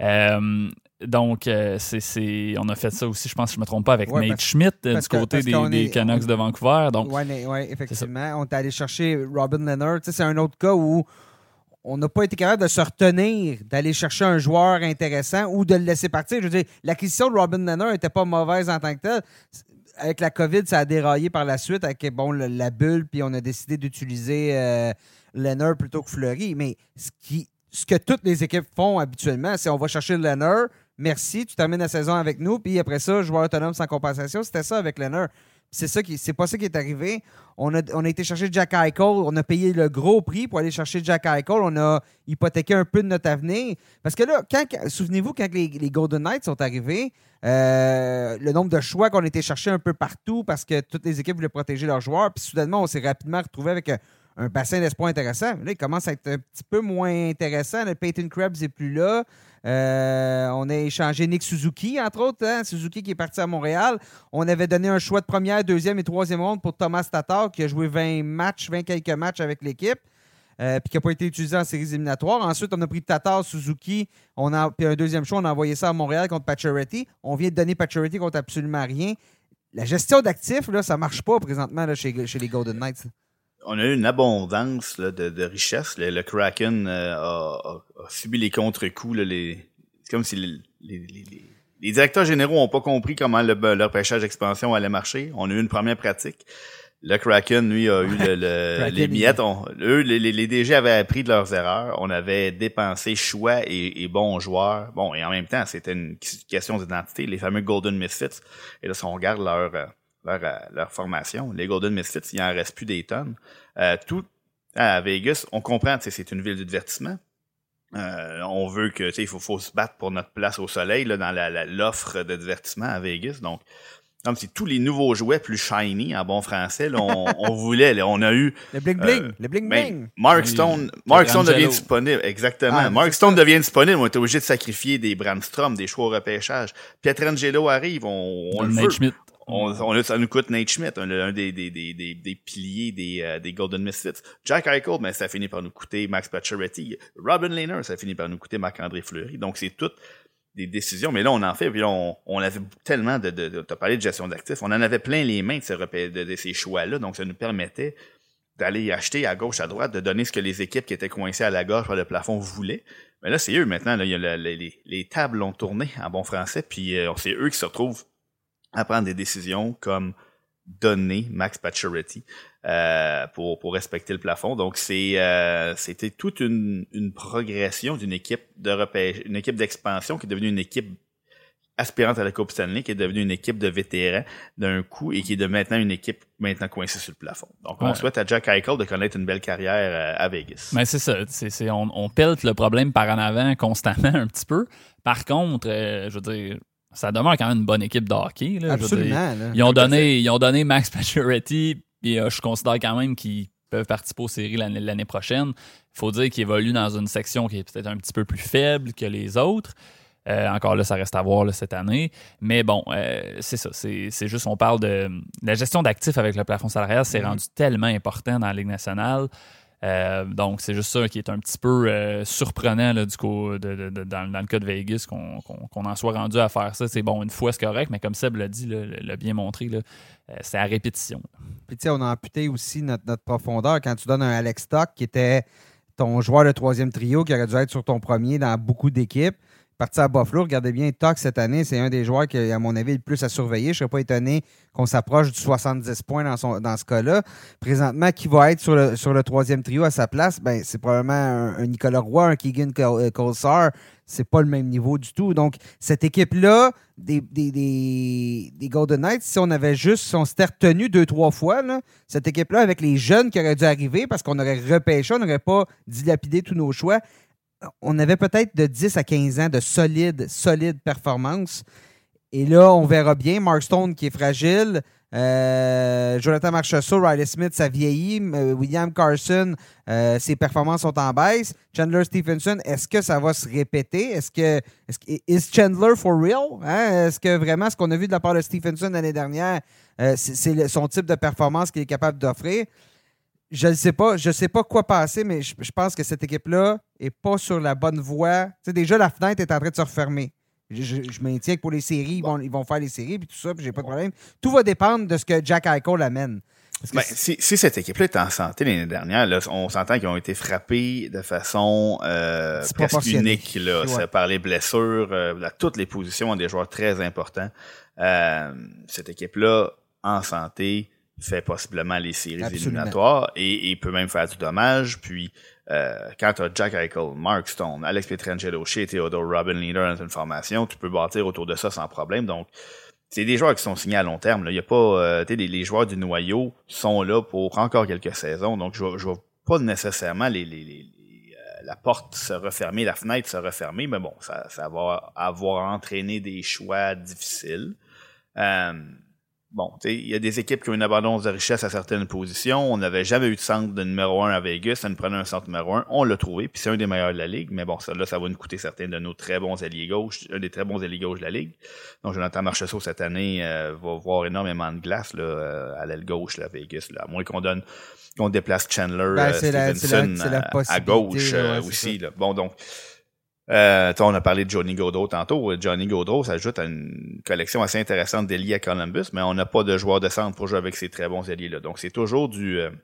Euh, Donc, euh, c'est, c'est, on a fait ça aussi, je pense, si je ne me trompe pas, avec ouais, Nate parce, Schmidt parce du côté que, des, est, des Canucks on, de Vancouver. Oui, ouais, effectivement. On est allé chercher Robin Leonard. C'est un autre cas où on n'a pas été capable de se retenir d'aller chercher un joueur intéressant ou de le laisser partir. Je veux dire, l'acquisition de Robin Leonard n'était pas mauvaise en tant que telle. Avec la COVID, ça a déraillé par la suite avec bon, le, la bulle, puis on a décidé d'utiliser euh, Leonard plutôt que Fleury. Mais ce qui... Ce que toutes les équipes font habituellement, c'est on va chercher Leonard, merci, tu termines la saison avec nous, puis après ça, joueur autonome sans compensation. C'était ça avec Leonard. C'est ça qui, c'est pas ça qui est arrivé. On a, on a été chercher Jack Eichel, on a payé le gros prix pour aller chercher Jack Eichel, on a hypothéqué un peu de notre avenir. Parce que là, quand, souvenez-vous, quand les, les Golden Knights sont arrivés, euh, le nombre de choix qu'on a été chercher un peu partout parce que toutes les équipes voulaient protéger leurs joueurs, puis soudainement, on s'est rapidement retrouvé avec un, un bassin d'espoir intéressant. Là, il commence à être un petit peu moins intéressant. Le Peyton Krebs n'est plus là. Euh, on a échangé Nick Suzuki, entre autres. Hein? Suzuki qui est parti à Montréal. On avait donné un choix de première, deuxième et troisième ronde pour Thomas Tatar, qui a joué vingt matchs, vingt quelques matchs avec l'équipe, euh, puis qui n'a pas été utilisé en séries éliminatoires. Ensuite, on a pris Tatar, Suzuki, on a, puis un deuxième choix, on a envoyé ça à Montréal contre Pacioretty. On vient de donner Pacioretty contre absolument rien. La gestion d'actifs, là, ça ne marche pas présentement là, chez, chez les Golden Knights. On a eu une abondance là, de, de richesses. Le, le Kraken euh, a, a, a subi les contre-coups. Là, les, c'est comme si les, les, les, les directeurs généraux n'ont pas compris comment le, leur pêchage d'expansion allait marcher. On a eu une première pratique. Le Kraken, lui, a eu le, le, les billettes. On, eux, les, les D G avaient appris de leurs erreurs. On avait dépensé choix et, et bons joueurs. Bon, et en même temps, c'était une question d'identité. Les fameux Golden Misfits. Et là, si on regarde leur... Leur, leur formation. Les Golden Misfits, il en reste plus des tonnes. Euh, tout à Vegas, on comprend, c'est une ville de divertissement. Euh, on veut que, il faut, faut se battre pour notre place au soleil là, dans la, la, l'offre de divertissement à Vegas. Donc, comme si tous les nouveaux jouets plus shiny, en bon français, là, on, on voulait. Là, on a eu... Le bling-bling. Euh, le bling-bling. Ben, Mark Stone, oui, Mark Stone devient disponible. Exactement. Ah, Mark Stone ça. devient disponible. On est obligé de sacrifier des Brandstrom, des choix au repêchage. Pietrangelo arrive, on, on le veut. Schmidt. On, on a, ça nous coûte Nate Schmidt, un, un des, des, des, des, des piliers des, euh, des Golden Misfits. Jack Eichel, ben, ça finit par nous coûter Max Pacioretty. Robin Lehner, ça finit par nous coûter Marc-André Fleury. Donc, c'est toutes des décisions. Mais là, on en fait. Puis là, on, on avait tellement de, de, de t'as parlé de gestion d'actifs. On en avait plein les mains de ces, de, de ces choix-là. Donc, ça nous permettait d'aller acheter à gauche, à droite, de donner ce que les équipes qui étaient coincées à la gorge par le plafond voulaient. Mais là, c'est eux maintenant. Là, il y a le, les, les tables ont tourné en bon français, puis euh, c'est eux qui se retrouvent à prendre des décisions comme donner Max Pacioretty euh, pour pour respecter le plafond. Donc c'est euh, c'était toute une une progression d'une équipe de repêche, une équipe d'expansion qui est devenue une équipe aspirante à la Coupe Stanley, qui est devenue une équipe de vétérans d'un coup et qui est de maintenant une équipe maintenant coincée sur le plafond. Donc, on ouais. souhaite à Jack Eichel de connaître une belle carrière à Vegas. Mais c'est ça. C'est, c'est, on, on pelte le problème par en avant constamment un petit peu. Par contre, euh, je veux dire, ça demeure quand même une bonne équipe de hockey. Là, absolument. Dire, ils, ont donné, ils ont donné Max Pacioretty et euh, je considère quand même qu'ils peuvent participer aux séries l'année, l'année prochaine. Il faut dire qu'ils évoluent dans une section qui est peut-être un petit peu plus faible que les autres. Euh, encore là, ça reste à voir là, cette année. Mais bon, euh, c'est ça. C'est, c'est juste, on parle de la gestion d'actifs avec le plafond salarial, c'est mmh. rendu tellement important dans la Ligue nationale. Euh, donc, c'est juste ça qui est un petit peu euh, surprenant là, du coup, de, de, de, dans, dans le cas de Vegas, qu'on, qu'on, qu'on en soit rendu à faire ça. C'est bon, une fois, c'est correct, mais comme Seb l'a dit, là, l'a bien montré, là, euh, c'est à répétition. Puis, tu sais, on a amputé aussi notre, notre profondeur quand tu donnes un Alex Stock qui était ton joueur de troisième trio qui aurait dû être sur ton premier dans beaucoup d'équipes. Parti à Buffalo, regardez bien, Tuck cette année, c'est un des joueurs qui, à mon avis, est le plus à surveiller. Je ne serais pas étonné qu'on s'approche du soixante-dix points dans, son, dans ce cas-là. Présentement, qui va être sur le, sur le troisième trio à sa place? Ben, c'est probablement un, un Nicolas Roy, un Keegan Kolesar. C'est pas le même niveau du tout. Donc, cette équipe-là, des, des, des, des Golden Knights, si on avait juste, si on s'était retenu deux, trois fois, là, cette équipe-là, avec les jeunes qui auraient dû arriver, parce qu'on aurait repêché, on n'aurait pas dilapidé tous nos choix, on avait peut-être de dix à quinze ans de solides, solides performances. Et là, on verra bien. Mark Stone qui est fragile. Euh, Jonathan Marchessault, Riley Smith, ça vieillit. Euh, William Carson, euh, ses performances sont en baisse. Chandler Stephenson, est-ce que ça va se répéter? Est-ce que, est-ce que is Chandler for real? Hein? Est-ce que vraiment ce qu'on a vu de la part de Stephenson l'année dernière, euh, c'est, c'est le, son type de performance qu'il est capable d'offrir? Je ne sais pas. Je sais pas quoi passer, mais je, je pense que cette équipe-là n'est pas sur la bonne voie. Tu sais, déjà, la fenêtre est en train de se refermer. Je, je, je maintiens que pour les séries, ils vont, ils vont faire les séries et tout ça, puis j'ai pas de problème. Tout va dépendre de ce que Jack Eichel amène. Ben, si, si cette équipe-là est en santé l'année dernière, là, on s'entend qu'ils ont été frappés de façon euh, presque unique là, ouais. par les blessures, euh, à toutes les positions, des joueurs très importants. Euh, cette équipe-là, en santé, fait possiblement les séries Absolument. éliminatoires et, et peut même faire du dommage. Puis, euh, quand tu as Jack Eichel, Mark Stone, Alex Pietrangelo, Shea Theodore, Robin Lehner dans une formation, tu peux bâtir autour de ça sans problème. Donc, c'est des joueurs qui sont signés à long terme. Là. Il y a pas, euh, tu sais, les, les joueurs du noyau sont là pour encore quelques saisons. Donc, je ne vois pas nécessairement les, les, les, les euh, la porte se refermer, la fenêtre se refermer, mais bon, ça, ça va avoir entraîné des choix difficiles. Euh, Bon, tu sais, il y a des équipes qui ont une abondance de richesse à certaines positions. On n'avait jamais eu de centre de numéro un à Vegas. Ça nous prenait un centre numéro un. On l'a trouvé, puis c'est un des meilleurs de la Ligue. Mais bon, ça, là, ça va nous coûter certains de nos très bons alliés gauche, un des très bons alliés gauche de la Ligue. Donc, Jonathan Marchessault, cette année, euh, va voir énormément de glace là, euh, à l'aile gauche, là, à Vegas. Là, à moins qu'on donne, qu'on déplace Chandler, ben, euh, Stevenson la, la, la à, à gauche euh, ouais, aussi. Là. Bon, donc... Euh, on a parlé de Johnny Gaudreau tantôt. Johnny Gaudreau s'ajoute à une collection assez intéressante d'alliés à Columbus, mais on n'a pas de joueur de centre pour jouer avec ces très bons alliés-là. Donc, c'est toujours du... Euh,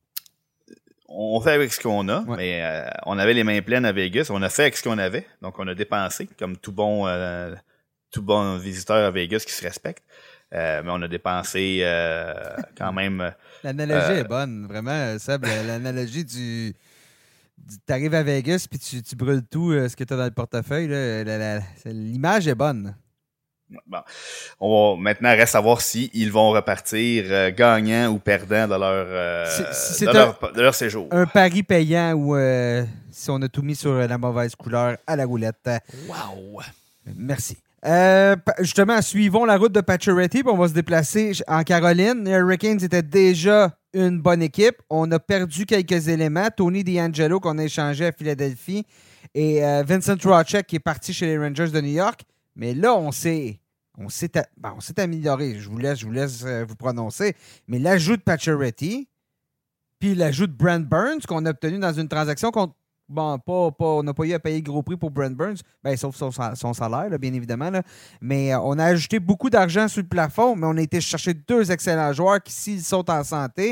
on fait avec ce qu'on a, ouais. mais euh, on avait les mains pleines à Vegas. On a fait avec ce qu'on avait. Donc, on a dépensé, comme tout bon euh, tout bon visiteur à Vegas qui se respecte. Euh, mais on a dépensé euh, quand même... L'analogie euh, est bonne, vraiment, Seb. L'analogie du... Tu arrives à Vegas puis tu, tu brûles tout euh, ce que tu as dans le portefeuille. Là, la, la, l'image est bonne. Bon. On va maintenant reste à voir si ils vont repartir euh, gagnants ou perdants de leur, euh, c'est, c'est de, un, leur de leur séjour. Un pari payant ou euh, si on a tout mis sur la mauvaise couleur à la roulette. Wow! Merci. Euh, justement, suivons la route de Pacioretty puis on va se déplacer en Caroline. Les Hurricanes étaient déjà une bonne équipe. On a perdu quelques éléments. Tony DeAngelo qu'on a échangé à Philadelphie et euh, Vincent Trocheck qui est parti chez les Rangers de New York. Mais là, on s'est, on s'est, a, ben, on s'est amélioré. Je vous laisse, je vous laisse euh, vous prononcer. Mais l'ajout de Pacioretty puis l'ajout de Brent Burns qu'on a obtenu dans une transaction contre Bon, pas, pas, on n'a pas eu à payer le gros prix pour Brent Burns, ben, sauf son, son salaire, là, bien évidemment. Là. Mais euh, on a ajouté beaucoup d'argent sur le plafond, mais on a été chercher deux excellents joueurs qui, s'ils sont en santé,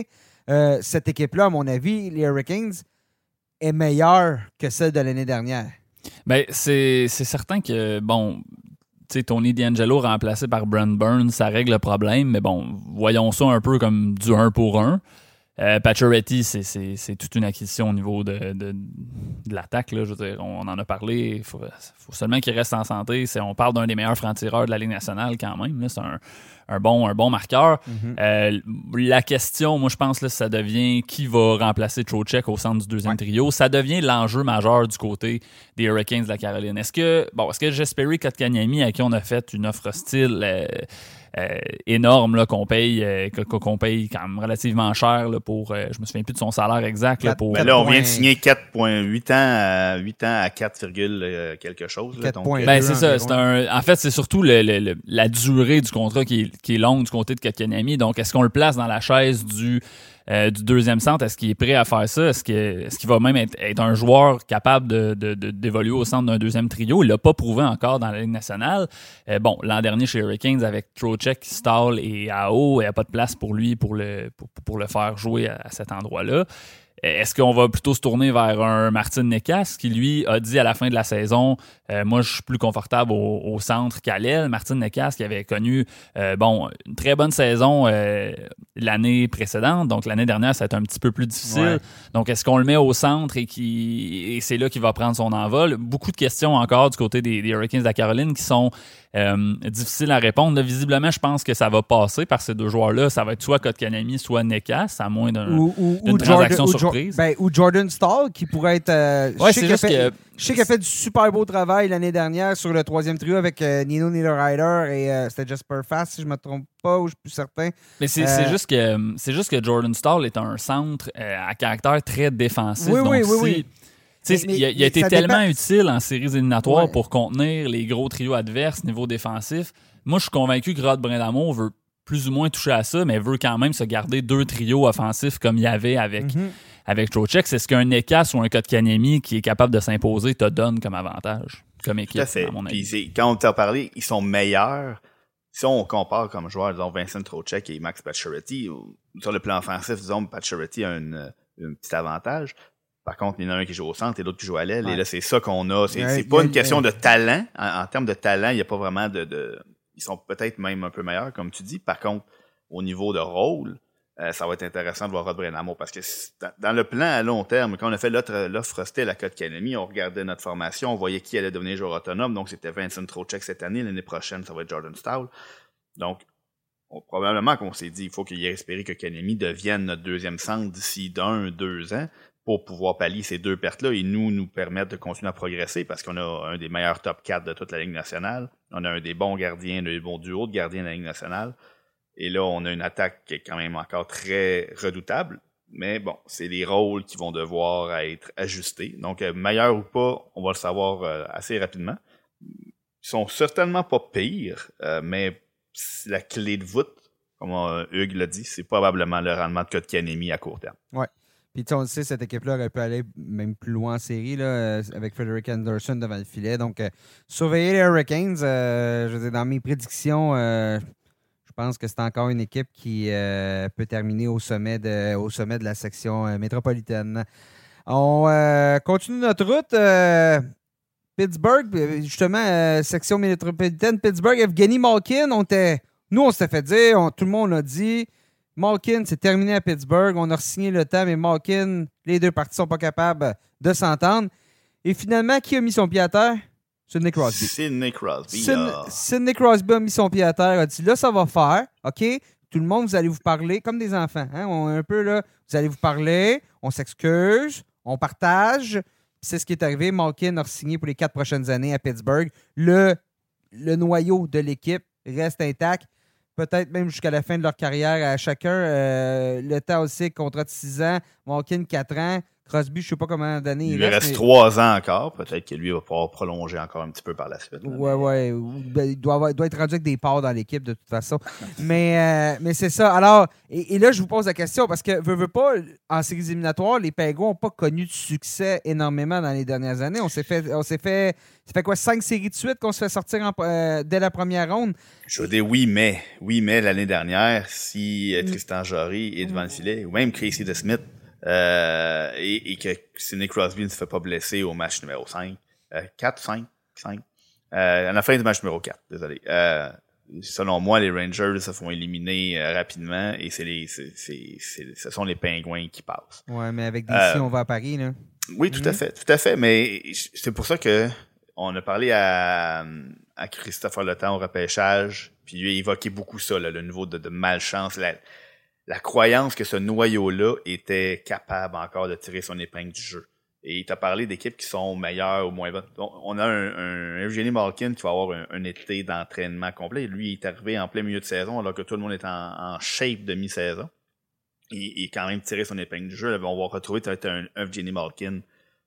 euh, cette équipe-là, à mon avis, les Hurricanes, est meilleure que celle de l'année dernière. Ben, c'est, c'est certain que, bon, tu sais, Tony DeAngelo remplacé par Brent Burns, ça règle le problème, mais bon, voyons ça un peu comme du un pour un. Euh, Pacioretty, c'est, c'est, c'est toute une acquisition au niveau de, de, de l'attaque. Là, je veux dire, on en a parlé. Il faut, faut seulement qu'il reste en santé. C'est, on parle d'un des meilleurs francs-tireurs de la Ligue nationale quand même. Là, c'est un, un, bon, un bon marqueur. Mm-hmm. Euh, la question, moi, je pense que ça devient qui va remplacer Trocheck au centre du deuxième ouais. trio. Ça devient l'enjeu majeur du côté des Hurricanes de la Caroline. Est-ce que, bon, est-ce que Jesperi Kotkaniemi, à qui on a fait une offre hostile, euh, Euh, énorme là, qu'on paye euh, qu'on paye quand même relativement cher là, pour euh, je me souviens plus de son salaire exact là, pour mais là on vient de signer quatre virgule huit ans à huit ans à quatre, quelque chose là, donc, ben, c'est ça c'est un, en fait c'est surtout le, le, le, la durée du contrat qui est, qui est longue du côté de Kotkaniemi. Donc est-ce qu'on le place dans la chaise du Euh, du deuxième centre? Est-ce qu'il est prêt à faire ça? Est-ce, que, est-ce qu'il va même être, être un joueur capable de, de, de, d'évoluer au centre d'un deuxième trio? Il l'a pas prouvé encore dans la Ligue nationale. Euh, bon, l'an dernier chez Hurricanes, avec Trocheck, Stahl et Aho, il n'y a pas de place pour lui pour le, pour, pour le faire jouer à, à cet endroit-là. Est-ce qu'on va plutôt se tourner vers un Martin Necas qui, lui, a dit à la fin de la saison euh, « Moi, je suis plus confortable au, au centre qu'à l'aile ». Martin Necas qui avait connu euh, bon, une très bonne saison euh, l'année précédente. Donc, l'année dernière, ça a été un petit peu plus difficile. Ouais. Donc, est-ce qu'on le met au centre et, qui, et c'est là qu'il va prendre son envol? Beaucoup de questions encore du côté des, des Hurricanes de la Caroline qui sont euh, difficiles à répondre. Là, visiblement, je pense que ça va passer par ces deux joueurs-là. Ça va être soit Kotkaniemi, soit Necas, à moins d'un, ou, ou, d'une ou transaction Jordan, surprise. Ben, ou Jordan Stahl, qui pourrait être... Euh, ouais, je, sais c'est juste fait, que... je sais qu'il a fait du super beau travail l'année dernière sur le troisième trio avec euh, Nino Niederreiter et euh, c'était Jesper Fast, si je ne me trompe pas, ou je suis plus certain. Mais c'est, euh, c'est, juste que, c'est juste que Jordan Stahl est un centre euh, à caractère très défensif. Oui, donc oui, si, oui, oui. Mais, il a, il a été tellement dépend. utile en séries éliminatoires ouais. pour contenir les gros trios adverses niveau défensif. Moi, je suis convaincu que Rod Brindamour veut plus ou moins toucher à ça, mais veut quand même se garder deux trios offensifs comme il y avait avec, mm-hmm. avec Trocheck. C'est ce qu'un Necas ou un Kotkaniemi qui est capable de s'imposer te donne comme avantage, comme équipe, tout à fait. à mon avis. Puis quand on t'a parlé, ils sont meilleurs. Si on compare comme joueurs, disons Vincent Trocheck et Max Pacioretty, sur le plan offensif, disons Pacioretty a une, un petit avantage. Par contre, il y en a un qui joue au centre et l'autre qui joue à l'aile. Ouais. Et là, c'est ça qu'on a. C'est, ouais, c'est pas une question de talent. En, en termes de talent, il n'y a pas vraiment de, de... Ils sont peut-être même un peu meilleurs, comme tu dis. Par contre, au niveau de rôle, euh, ça va être intéressant de voir Rod Brindamour. Parce que dans, dans le plan à long terme, quand on a fait l'offre, l'offre hostile à Kotkaniemi, on regardait notre formation, on voyait qui allait devenir joueur autonome. Donc, c'était Vincent Trocheck cette année. L'année prochaine, ça va être Jordan Stahl. Donc, on, probablement qu'on s'est dit il faut qu'il y ait espéré que Kotkaniemi devienne notre deuxième centre d'ici d'un, deux ans, pour pouvoir pallier ces deux pertes-là et nous, nous permettre de continuer à progresser parce qu'on a un des meilleurs top quatre de toute la Ligue nationale. On a un des bons gardiens, un des bons duos de gardiens de la Ligue nationale. Et là, on a une attaque qui est quand même encore très redoutable. Mais bon, c'est les rôles qui vont devoir être ajustés. Donc, euh, meilleur ou pas, on va le savoir euh, assez rapidement. Ils sont certainement pas pires, euh, mais la clé de voûte, comme euh, Hugues l'a dit, c'est probablement le rendement de Kotkaniemi à court terme. Ouais. Puis on le sait, cette équipe-là aurait pu aller même plus loin en série là, avec Frederick Anderson devant le filet. Donc, euh, surveiller les Hurricanes, euh, je veux dire, dans mes prédictions, euh, je pense que c'est encore une équipe qui euh, peut terminer au sommet de, au sommet de la section euh, métropolitaine. On euh, continue notre route. Euh, Pittsburgh, justement, euh, section métropolitaine, Pittsburgh, Evgeny Malkin, on était, nous, on s'était fait dire, on, tout le monde l'a dit, Malkin, c'est terminé à Pittsburgh. On a re-signé le temps, mais Malkin, les deux parties ne sont pas capables de s'entendre. Et finalement, qui a mis son pied à terre? Sidney Crosby. Sidney Crosby. Sidney, Sidney Crosby a mis son pied à terre, a dit là, ça va faire. OK? Tout le monde, vous allez vous parler comme des enfants. Hein? On est un peu là. Vous allez vous parler, on s'excuse, on partage. C'est ce qui est arrivé. Malkin a re-signé pour les quatre prochaines années à Pittsburgh. Le, le noyau de l'équipe reste intact. Peut-être même jusqu'à la fin de leur carrière à chacun. Euh, le temps aussi, contrat de six ans, Malkin quatre ans. Crosby, je sais pas comment d'années il il lui reste. reste mais... trois ans encore. Peut-être que lui va pouvoir prolonger encore un petit peu par la suite. Là, ouais, mais... ouais. Ben, il, doit avoir, il doit être rendu avec des parts dans l'équipe de toute façon. mais, euh, mais c'est ça. Alors, et, et là, je vous pose la question parce que, veux, veux pas, en séries éliminatoires, les Penguins n'ont pas connu de succès énormément dans les dernières années. On s'est fait, on s'est fait, ça fait quoi, cinq séries de suite qu'on se fait sortir en, euh, dès la première ronde? Je veux dire, oui, mais, oui, mais l'année dernière, si euh, Tristan Jarry est devant le filet, ou même Casey DeSmith, Euh, et, et que Sidney Crosby ne se fait pas blesser au match numéro cinq, euh, quatre, cinq, cinq, euh, à la fin du match numéro quatre, désolé. Euh, selon moi, les Rangers se font éliminer euh, rapidement et c'est les, c'est, c'est, c'est, ce sont les Pingouins qui passent. Ouais, mais avec des euh, si on va à Paris, là. Oui, tout mm-hmm. à fait, tout à fait, mais c'est pour ça que on a parlé à, à Christopher Le Temps au repêchage, puis lui a évoqué beaucoup ça, là, le niveau de, de malchance, la, la croyance que ce noyau-là était capable encore de tirer son épingle du jeu. Et il t'a parlé d'équipes qui sont meilleures ou moins bonnes. On a un, un Evgeny Malkin qui va avoir un, un été d'entraînement complet. Lui, il est arrivé en plein milieu de saison alors que tout le monde est en, en shape de mi-saison. Il, il a quand même tiré son épingle du jeu. Là, on va retrouver peut-être un, un Evgeny Malkin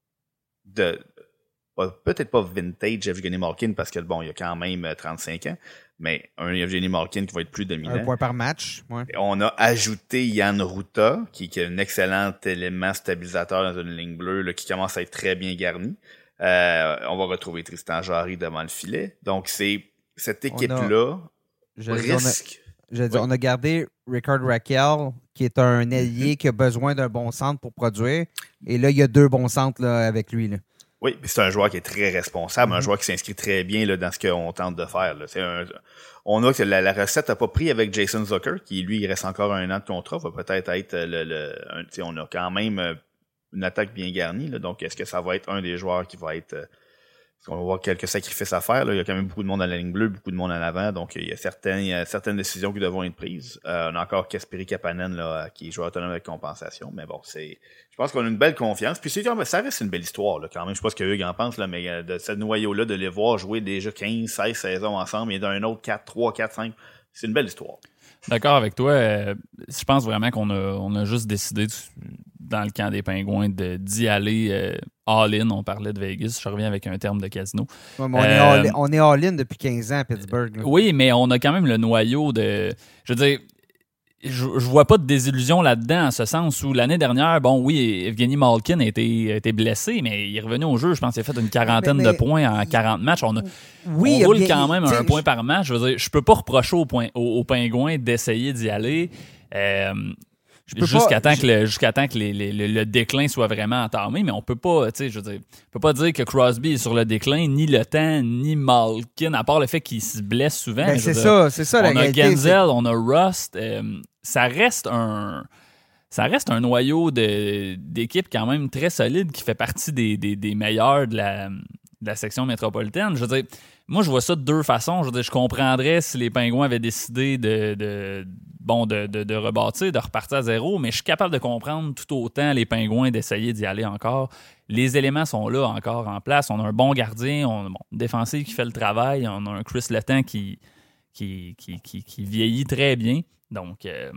de... peut-être pas vintage Evgeny Malkin parce que bon, il a quand même trente-cinq ans, mais un Evgeny Malkin qui va être plus dominant. Un point par match. Ouais. On a ajouté Jan Rutta, qui, qui est un excellent élément stabilisateur dans une ligne bleue, là, qui commence à être très bien garni. Euh, on va retrouver Tristan Jarry devant le filet. Donc, c'est cette équipe-là a, risque... Je veux dire, on a gardé Rickard Rakell, qui est un ailier mm-hmm. qui a besoin d'un bon centre pour produire. Et là, il y a deux bons centres là, avec lui. Là. Oui, c'est un joueur qui est très responsable, mm-hmm. un joueur qui s'inscrit très bien là, dans ce qu'on tente de faire. Là. C'est un, on a que la, la recette n'a pas pris avec Jason Zucker, qui lui, il reste encore un an de contrat, va peut-être être le, le un, on a quand même une attaque bien garnie. Là, donc, est-ce que ça va être un des joueurs qui va être... On va voir quelques sacrifices à faire. Là. Il y a quand même beaucoup de monde à la ligne bleue, beaucoup de monde en avant. Donc, il y a certaines, il y a certaines décisions qui devront être prises. Euh, on a encore Kasperi Kapanen, là, qui est joueur autonome avec compensation. Mais bon, c'est, je pense qu'on a une belle confiance. Puis c'est, ça reste une belle histoire, là, quand même. Je sais pas ce que Hugues en pense, là, mais de ce noyau-là, de les voir jouer déjà quinze, seize saisons ensemble et d'un autre quatre, trois, quatre, cinq, c'est une belle histoire. D'accord avec toi. Euh, je pense vraiment qu'on a, on a juste décidé de, dans le camp des Pingouins de, d'y aller euh, all-in. On parlait de Vegas. Je reviens avec un terme de casino. Ouais, on, euh, est all, on est all-in depuis quinze ans à Pittsburgh. Là. Oui, mais on a quand même le noyau de... Je veux dire, je, je vois pas de désillusion là-dedans, en ce sens où l'année dernière, bon, oui, Evgeny Malkin a été, a été blessé, mais il est revenu au jeu. Je pense qu'il a fait une quarantaine mais, mais, de points en quarante matchs. On, a, oui, on roule bien, quand même un point je... par match. Je veux dire, je peux pas reprocher aux, point, aux, aux Pingouins d'essayer d'y aller. Euh, Jusqu'à pas, temps, je... que le, jusqu'à temps que les, les, le, le déclin soit vraiment entamé, mais on peut pas, tu sais, je veux dire, on peut pas dire que Crosby est sur le déclin, ni Le Temps, ni Malkin, à part le fait qu'il se blesse souvent. Ben c'est ça, c'est ça la On a réalité, Genzel, c'est... on a Rust. Euh, ça reste un, ça reste un noyau de, d'équipe quand même très solide qui fait partie des, des, des meilleurs de la, de la section métropolitaine. Je veux dire, moi, je vois ça de deux façons. Je veux dire, je comprendrais si les Pingouins avaient décidé de, de bon, de, de, de rebâtir, de repartir à zéro, mais je suis capable de comprendre tout autant les Pingouins d'essayer d'y aller encore. Les éléments sont là encore en place. On a un bon gardien, on a un bon défensif qui fait le travail, on a un Chris Letang qui, qui, qui, qui, qui vieillit très bien. Donc, euh,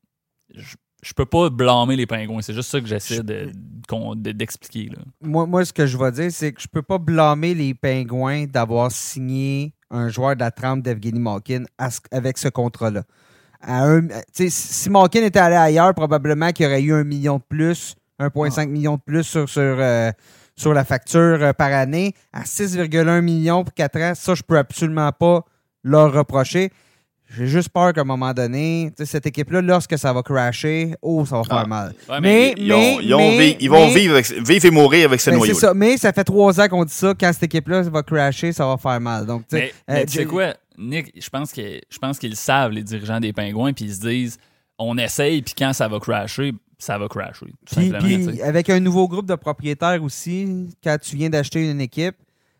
je Je peux pas blâmer les Pingouins. C'est juste ça que j'essaie de, de, d'expliquer. Là. Moi, moi, ce que je vais dire, c'est que je peux pas blâmer les Pingouins d'avoir signé un joueur de la trempe d'Evgeny Malkin avec ce contrat-là. À un, si Malkin était allé ailleurs, probablement qu'il y aurait eu un million de plus, un virgule cinq ah. million de plus sur, sur, euh, sur la facture euh, par année. À six virgule un millions pour quatre ans, ça, je peux absolument pas leur reprocher. J'ai juste peur qu'à un moment donné, cette équipe-là, lorsque ça va crasher, oh, ça va faire ah. mal. Ouais, mais, mais, ils, ont, ils, ont mais, vi- ils vont mais, vivre, avec, vivre et mourir avec ce ben noyau. C'est ça. Mais ça fait trois ans qu'on dit ça. Quand cette équipe-là va crasher, ça va faire mal. Donc, mais, euh, mais tu sais quoi, Nick, je pense, que, je pense qu'ils savent, les dirigeants des Pingouins, puis ils se disent, on essaye, puis quand ça va crasher, ça va crasher. Tout puis, simplement. Puis, avec un nouveau groupe de propriétaires aussi, quand tu viens d'acheter une équipe,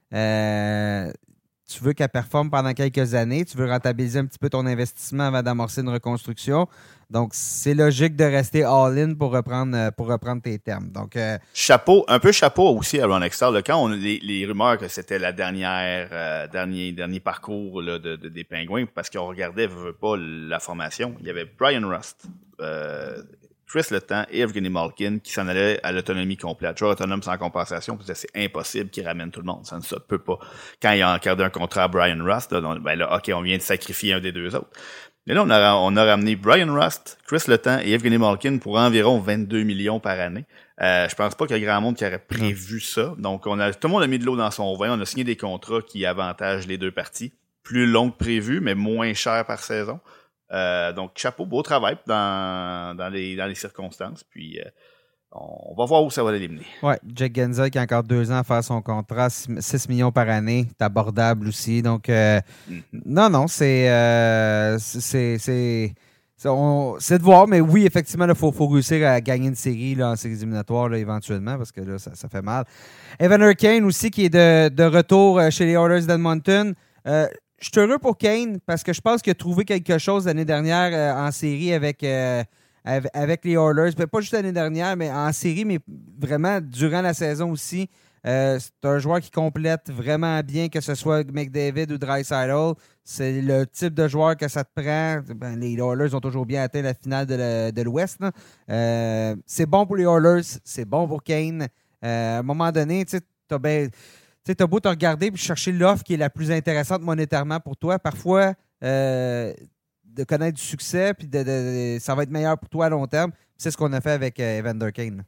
euh, tu veux qu'elle performe pendant quelques années, tu veux rentabiliser un petit peu ton investissement avant d'amorcer une reconstruction. Donc, c'est logique de rester all-in pour reprendre, pour reprendre tes termes. Donc, euh... chapeau, un peu chapeau aussi à Ron Extall. Quand on a les, les rumeurs que c'était la dernière, euh, dernier, dernier parcours là, de, de, des Pingouins, parce qu'on regardait veut, veut pas la formation, il y avait Brian Rust, euh, Chris Letang et Evgeny Malkin qui s'en allaient à l'autonomie complète. Joueur autonome sans compensation, puis c'est impossible qu'ils ramènent tout le monde. Ça ne se peut pas. Quand il a encadré un contrat à Brian Rust, là, donc, ben là, OK, on vient de sacrifier un des deux autres. Mais là, on a, on a ramené Brian Rust, Chris Letang et Evgeny Malkin pour environ vingt-deux millions par année. Euh, je pense pas qu'il y a grand monde qui aurait prévu ça. Donc, on a, tout le monde a mis de l'eau dans son vin. On a signé des contrats qui avantagent les deux parties. Plus longs que prévu, mais moins chers par saison. Euh, donc, chapeau, beau travail dans, dans, les, dans les circonstances. Puis, euh, on va voir où ça va l'éliminer. Ouais, Jack Genzel qui a encore deux ans à faire son contrat, six millions par année, c'est abordable aussi. Donc, euh, mm-hmm. non, non, c'est, euh, c'est, c'est, c'est, on, c'est de voir, mais oui, effectivement, il faut, faut réussir à gagner une série là, en séries éliminatoires là, éventuellement, parce que là, ça, ça fait mal. Evander Kane aussi qui est de, de retour chez les Oilers d'Edmonton. Euh, Je suis heureux pour Kane parce que je pense qu'il a trouvé quelque chose l'année dernière euh, en série avec, euh, avec les Oilers. Pas juste l'année dernière, mais en série, mais vraiment durant la saison aussi. Euh, c'est un joueur qui complète vraiment bien, que ce soit McDavid ou Draisaitl. C'est le type de joueur que ça te prend. Ben, les Oilers ont toujours bien atteint la finale de, la, de l'Ouest. Euh, c'est bon pour les Oilers, c'est bon pour Kane. Euh, à un moment donné, tu sais, t'as bien... Tu sais, t'as beau te regarder et chercher l'offre qui est la plus intéressante monétairement pour toi. Parfois, euh, de connaître du succès, puis de, de, de, ça va être meilleur pour toi à long terme. C'est ce qu'on a fait avec euh, Evander Kane.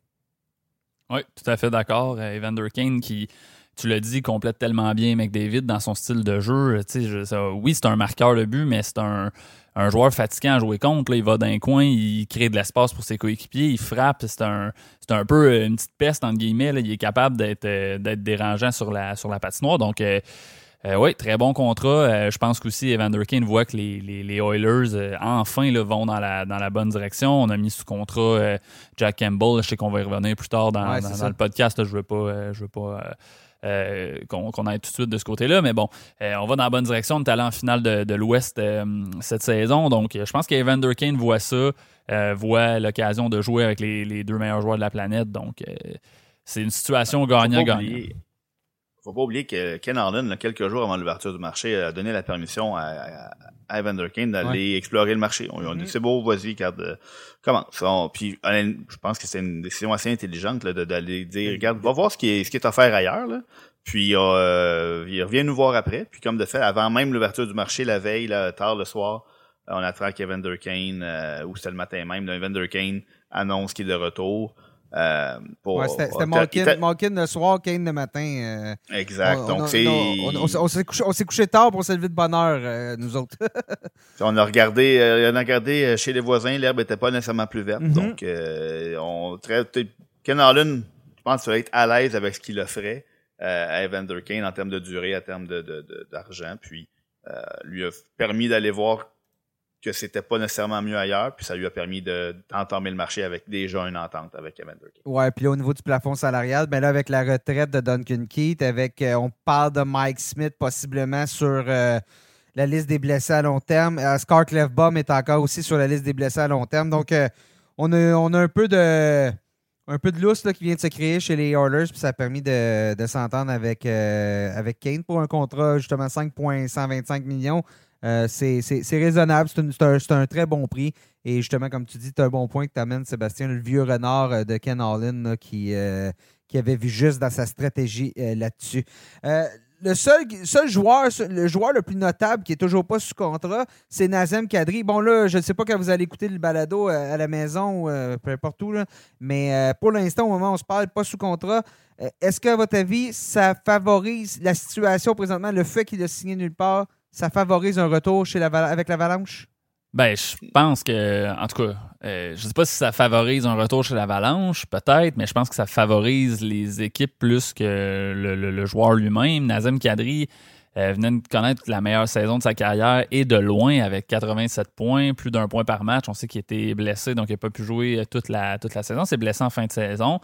Oui, tout à fait d'accord. Euh, Evander Kane qui, tu l'as dit, complète tellement bien McDavid dans son style de jeu. Je, ça, oui, c'est un marqueur de but, mais c'est un, un joueur fatigant à jouer contre. Là. Il va d'un coin, il crée de l'espace pour ses coéquipiers, il frappe. C'est un, c'est un peu une petite peste, entre guillemets. Là. Il est capable d'être, d'être dérangeant sur la, sur la patinoire. Donc, euh, euh, oui, très bon contrat. Euh, je pense qu'aussi Evander Kane voit que les, les, les Oilers, euh, enfin, là, vont dans la, dans la bonne direction. On a mis sous contrat euh, Jack Campbell. Je sais qu'on va y revenir plus tard dans, ouais, dans, dans le podcast. Là, je ne veux pas... Euh, je veux pas euh, Euh, qu'on, qu'on aille tout de suite de ce côté-là. Mais bon, euh, on va dans la bonne direction. On est allé en finale de, de l'Ouest euh, cette saison. Donc, je pense qu'Evander Kane voit ça, euh, voit l'occasion de jouer avec les, les deux meilleurs joueurs de la planète. Donc, euh, c'est une situation gagnant-gagnant. Il ne faut pas oublier que Ken Harlan, là, quelques jours avant l'ouverture du marché, a donné la permission à, à, à Evander Kane d'aller ouais. explorer le marché. On lui a dit, mm-hmm. c'est beau, vas-y, regarde, euh, commence. On, puis, je pense que c'est une décision assez intelligente là, de, d'aller dire, regarde, va voir ce qui est, ce qui est offert ailleurs. Là. Puis, euh, il revient nous voir après. Puis, comme de fait, avant même l'ouverture du marché, la veille, là, tard le soir, on apprend qu'Evander Kane, euh, ou c'était le matin même, Evander Kane annonce qu'il est de retour. Euh, pour, ouais, c'était, c'était Malkin, était... Malkin le soir, Kane le matin. Euh, exact. On, donc, on, c'est... On, on, on, on, s'est couché, on s'est couché tard pour se lever de bonne heure, euh, nous autres. on a regardé euh, on a regardé chez les voisins, l'herbe n'était pas nécessairement plus verte. Mm-hmm. Donc, euh, on traite... Ken Harlan, je pense qu'il va être à l'aise avec ce qu'il offrait euh, à Evander Kane en termes de durée, en termes de, de, de, d'argent. Puis, euh, lui a permis d'aller voir que c'était pas nécessairement mieux ailleurs, puis ça lui a permis de, d'entamer le marché avec déjà une entente avec Evander Kane. Ouais, puis là, au niveau du plafond salarial, ben là, avec la retraite de Duncan Keith, avec euh, on parle de Mike Smith possiblement sur euh, la liste des blessés à long terme. Euh, Scar Clefbaum est encore aussi sur la liste des blessés à long terme. Donc, euh, on, a, on a un peu de un peu de lousse là, qui vient de se créer chez les Oilers, puis ça a permis de, de s'entendre avec, euh, avec Kane pour un contrat justement cinq virgule cent vingt-cinq millions. Euh, c'est, c'est, c'est raisonnable, c'est, une, c'est, un, c'est un très bon prix. Et justement, comme tu dis, c'est un bon point que tu amènes, Sébastien, le vieux renard de Ken Harlan là, qui, euh, qui avait vu juste dans sa stratégie euh, là-dessus. Euh, le seul, seul joueur, le joueur le plus notable qui n'est toujours pas sous contrat, c'est Nazem Kadri. Bon, là, je ne sais pas quand vous allez écouter le balado euh, à la maison ou euh, peu importe où, là, mais euh, pour l'instant, au moment où on se parle, pas sous contrat. Euh, est-ce qu'à votre avis, ça favorise la situation présentement, le fait qu'il a signé nulle part? Ça favorise un retour chez la, avec l'Avalanche? Ben, je pense que, en tout cas, euh, je sais pas si ça favorise un retour chez l'Avalanche, peut-être, mais je pense que ça favorise les équipes plus que le, le, le joueur lui-même. Nazem Kadri euh, venait de connaître la meilleure saison de sa carrière et de loin avec quatre-vingt-sept points, plus d'un point par match. On sait qu'il était blessé, donc il n'a pas pu jouer toute la, toute la saison. Il s'est blessé en fin de saison.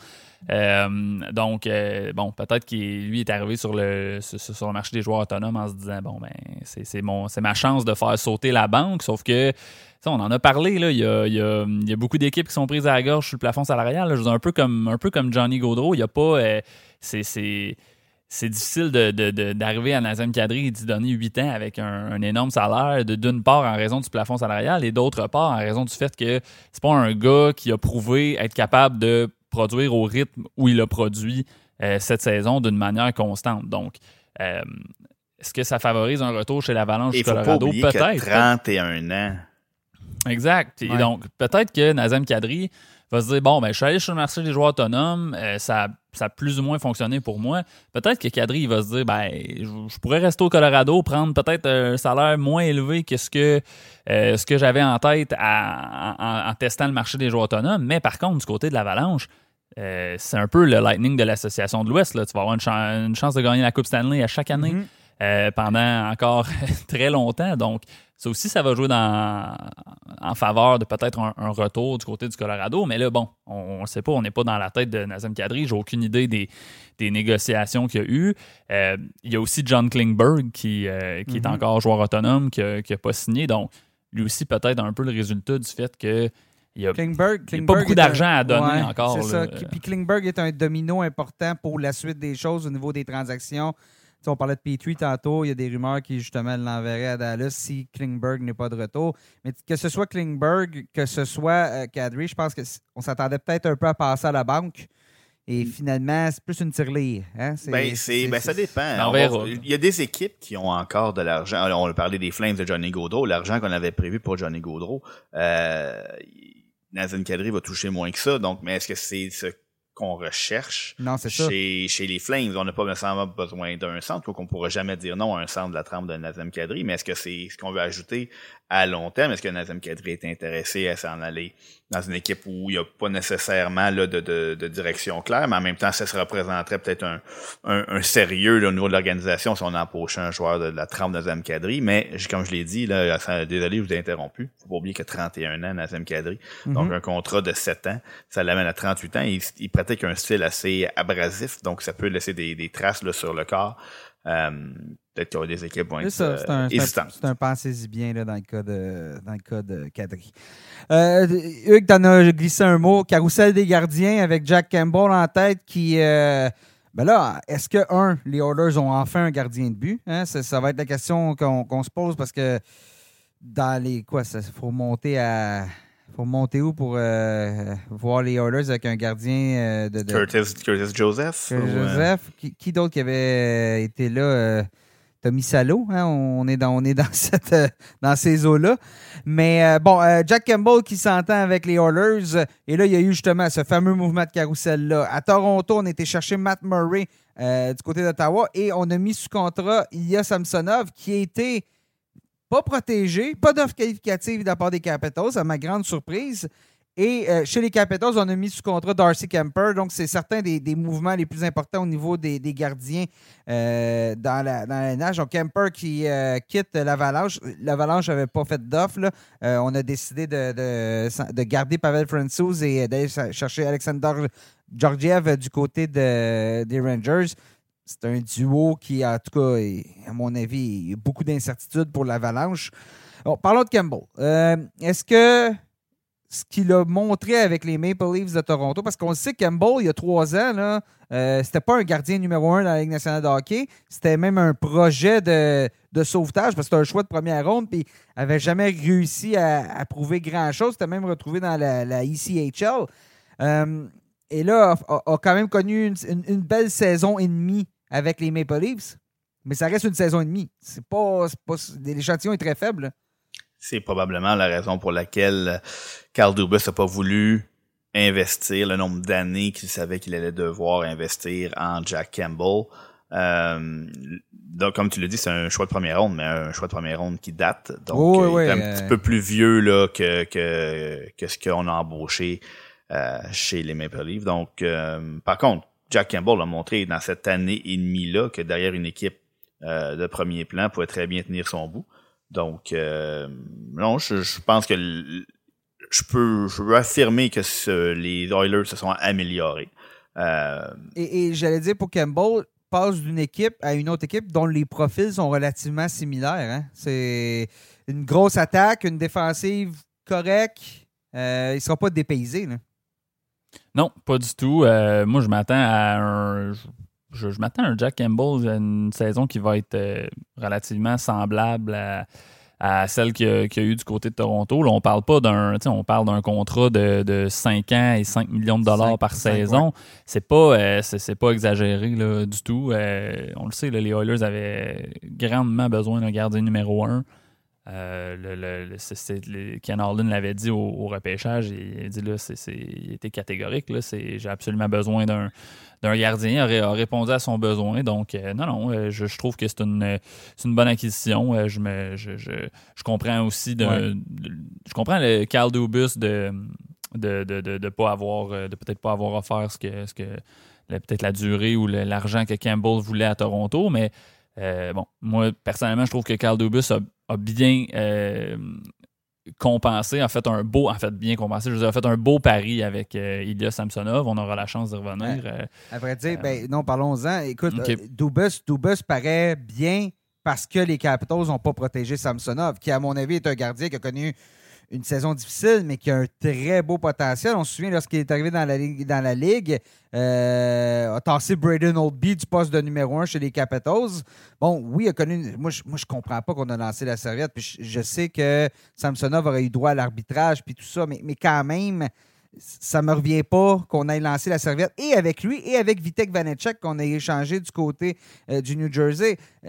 Euh, donc, euh, bon, peut-être qu'il lui est arrivé sur le, sur, sur le marché des joueurs autonomes en se disant, bon, ben, c'est, c'est, mon, c'est ma chance de faire sauter la banque, sauf que, on en a parlé, là, il y a, il y a, il y a beaucoup d'équipes qui sont prises à la gorge sur le plafond salarial, là. Je veux dire, un peu comme, un peu comme Johnny Gaudreau, il n'y a pas, euh, c'est, c'est, c'est difficile de, de, de, d'arriver à Nazem Kadri et d'y donner huit ans avec un, un énorme salaire, de, d'une part en raison du plafond salarial et d'autre part en raison du fait que c'est pas un gars qui a prouvé être capable de produire au rythme où il a produit euh, cette saison d'une manière constante. Donc, euh, est-ce que ça favorise un retour chez l'Avalanche du Colorado? Il faut pas oublier peut-être. qu'il a trente et un ans. Exact. Ouais. Et donc, peut-être que Nazem Kadri va se dire, bon, ben, je suis allé sur le marché des joueurs autonomes, euh, ça, ça a plus ou moins fonctionné pour moi. Peut-être que Kadri, il va se dire, ben, je, je pourrais rester au Colorado, prendre peut-être un salaire moins élevé que ce que, euh, ce que j'avais en tête à, en, en testant le marché des joueurs autonomes. Mais par contre, du côté de l'Avalanche, euh, c'est un peu le Lightning de l'Association de l'Ouest. Là. Tu vas avoir une, ch- une chance de gagner la Coupe Stanley à chaque année mm-hmm. euh, pendant encore très longtemps. Donc, ça aussi, ça va jouer dans, en faveur de peut-être un, un retour du côté du Colorado. Mais là, bon, on ne sait pas, on n'est pas dans la tête de Nazem Kadri. J'ai aucune idée des, des négociations qu'il y a eu. Euh, il y a aussi John Klingberg qui, euh, qui mm-hmm. est encore joueur autonome, qui n'a pas signé. Donc, lui aussi, peut-être un peu le résultat du fait que il n'y a, Klingberg, a pas beaucoup d'argent un, à donner ouais, encore. C'est là. ça. Puis Klingberg est un domino important pour la suite des choses au niveau des transactions. T'sais, on parlait de Petrie tantôt, il y a des rumeurs qui justement l'enverraient à Dallas si Klingberg n'est pas de retour. Mais que ce soit Klingberg, que ce soit euh, Kadri, je pense qu'on s'attendait peut-être un peu à passer à la banque. Et finalement, c'est plus une tirelire. Hein? C'est, ben, c'est, c'est, ben, c'est, ça dépend. On va, il y a des équipes qui ont encore de l'argent. On a parlé des Flames de Johnny Gaudreau. L'argent qu'on avait prévu pour Johnny Gaudreau, euh, Nazem Kadri va toucher moins que ça. Donc, mais est-ce que c'est ce qu'on recherche non, c'est chez, ça. chez les Flames? On n'a pas nécessairement besoin d'un centre, donc on ne pourra jamais dire non à un centre de la trempe de Nazem Kadri, mais est-ce que c'est ce qu'on veut ajouter à long terme? Est-ce que Nazem Kadri est intéressé à s'en aller dans une équipe où il n'y a pas nécessairement là, de, de, de direction claire, mais en même temps, ça se représenterait peut-être un, un, un sérieux là, au niveau de l'organisation si on embauchait un joueur de, de la trempe de Nazem Kadri, mais comme je l'ai dit, là, ça, désolé, je vous ai interrompu, faut pas oublier qu'il a trente et un ans, Nazem Kadri, mm-hmm. donc un contrat de sept ans, ça l'amène à trente-huit ans, il, il pratique un style assez abrasif, donc ça peut laisser des, des traces là, sur le corps. Euh, peut-être qu'il y a des équipes vont être c'est ça, c'est un, hésitantes. C'est un, un pensez-y bien là, dans le cas de, dans le cas de Kadri. Euh, Hugues, t'en as glissé un mot. Carousel des gardiens avec Jack Campbell en tête qui... Euh, ben là, est-ce que, un, les Oilers ont enfin un gardien de but? Hein? Ça, ça va être la question qu'on, qu'on se pose parce que dans les... Quoi, ça faut monter à... Faut monter où pour euh, voir les Oilers avec un gardien euh, de, de... Curtis, Curtis Joseph. Curtis ou, Joseph. Euh... Qui, qui d'autre qui avait été là? Euh, Tommy Salo. Hein? On est dans, on est dans, cette, euh, dans ces eaux-là. Mais euh, bon, euh, Jack Campbell qui s'entend avec les Oilers. Et là, il y a eu justement ce fameux mouvement de carrousel-là. À Toronto, on était chercher Matt Murray euh, du côté d'Ottawa et on a mis sous contrat Ilya Samsonov qui a été... pas protégé, pas d'offre qualificative de la part des Capitals, à ma grande surprise. Et euh, chez les Capitals, on a mis sous contrat Darcy Kemper. Donc, c'est certains des, des mouvements les plus importants au niveau des, des gardiens euh, dans la dans la N H. Donc, Kemper qui euh, quitte l'Avalanche. L'Avalanche n'avait pas fait d'offre. Là. Euh, on a décidé de, de, de garder Pavel Francouz et d'aller chercher Alexander Georgiev du côté de, des Rangers. C'est un duo qui, en tout cas, est, à mon avis, il y a beaucoup d'incertitudes pour l'Avalanche. Bon, parlons de Campbell. Euh, est-ce que ce qu'il a montré avec les Maple Leafs de Toronto, parce qu'on sait que Campbell, il y a trois ans, là, euh, c'était pas un gardien numéro un dans la Ligue nationale de hockey, c'était même un projet de, de sauvetage, parce que c'était un choix de première ronde, puis il n'avait jamais réussi à, à prouver grand-chose. C'était même retrouvé dans la, la E C H L. Euh, et là, a, a quand même connu une, une, une belle saison et demie avec les Maple Leafs, mais ça reste une saison et demie. C'est pas, c'est pas, l'échantillon est très faible. C'est probablement la raison pour laquelle Carl Dubas n'a pas voulu investir le nombre d'années qu'il savait qu'il allait devoir investir en Jack Campbell. Euh, donc, comme tu l'as dit, c'est un choix de première ronde, mais un choix de première ronde qui date. Donc, oh, euh, oui, il est un euh... petit peu plus vieux là, que, que, que ce qu'on a embauché euh, chez les Maple Leafs. Donc, euh, par contre, Jack Campbell a montré dans cette année et demie-là que derrière une équipe euh, de premier plan pouvait très bien tenir son bout. Donc, euh, non, je, je pense que l- je peux, je peux affirmer que ce, les Oilers se sont améliorés. Euh, et, et j'allais dire pour Campbell, passe d'une équipe à une autre équipe dont les profils sont relativement similaires. Hein? C'est une grosse attaque, une défensive correcte. Euh, il ne sera pas dépaysé, là. Non, pas du tout. Euh, moi, je m'attends à un... je, je m'attends à un Jack Campbell, une saison qui va être euh, relativement semblable à, à celle qu'il y, a, qu'il y a eu du côté de Toronto. Là, on parle pas d'un, on parle d'un contrat de, de cinq ans et cinq millions de dollars cinq, par cinq, saison. Ouais. C'est pas, euh, c'est, c'est pas exagéré là, du tout. Euh, on le sait, là, les Oilers avaient grandement besoin d'un gardien numéro un. Euh, le, le, le, c'est, c'est, le, Ken Holland l'avait dit au, au repêchage, il a dit là, c'est, c'est, il était catégorique, là, c'est, j'ai absolument besoin d'un, d'un gardien, il a, a répondu à son besoin, donc euh, non, non, euh, je, je trouve que c'est une, c'est une bonne acquisition, euh, je, me, je, je, je comprends aussi, de, ouais. de, je comprends le Kyle Dubas de de, de, de, de pas avoir, de peut-être pas avoir offert ce que, ce que la, peut-être la durée ou le, l'argent que Campbell voulait à Toronto, mais euh, bon, moi, personnellement, je trouve que Kyle Dubas a a bien euh, compensé, a fait un beau, en fait bien compensé, je veux dire, a fait un beau pari avec euh, Ilya Samsonov. On aura la chance de revenir. Euh, à vrai dire, euh, ben non, parlons-en. Écoute, okay. euh, Dubas, Dubas paraît bien parce que les Capitals n'ont pas protégé Samsonov, qui, à mon avis, est un gardien qui a connu une saison difficile, mais qui a un très beau potentiel. On se souvient, lorsqu'il est arrivé dans la ligue, dans la ligue euh, a tassé Braden Holtby du poste de numéro un chez les Capitals. Bon, oui, il a connu... Moi, je moi, je comprends pas qu'on a lancé la serviette. Puis je, je sais que Samsonov aurait eu droit à l'arbitrage puis tout ça, mais, mais quand même, ça me revient pas qu'on ait lancé la serviette et avec lui et avec Vitek Vanecek qu'on ait échangé du côté euh, du New Jersey. Euh,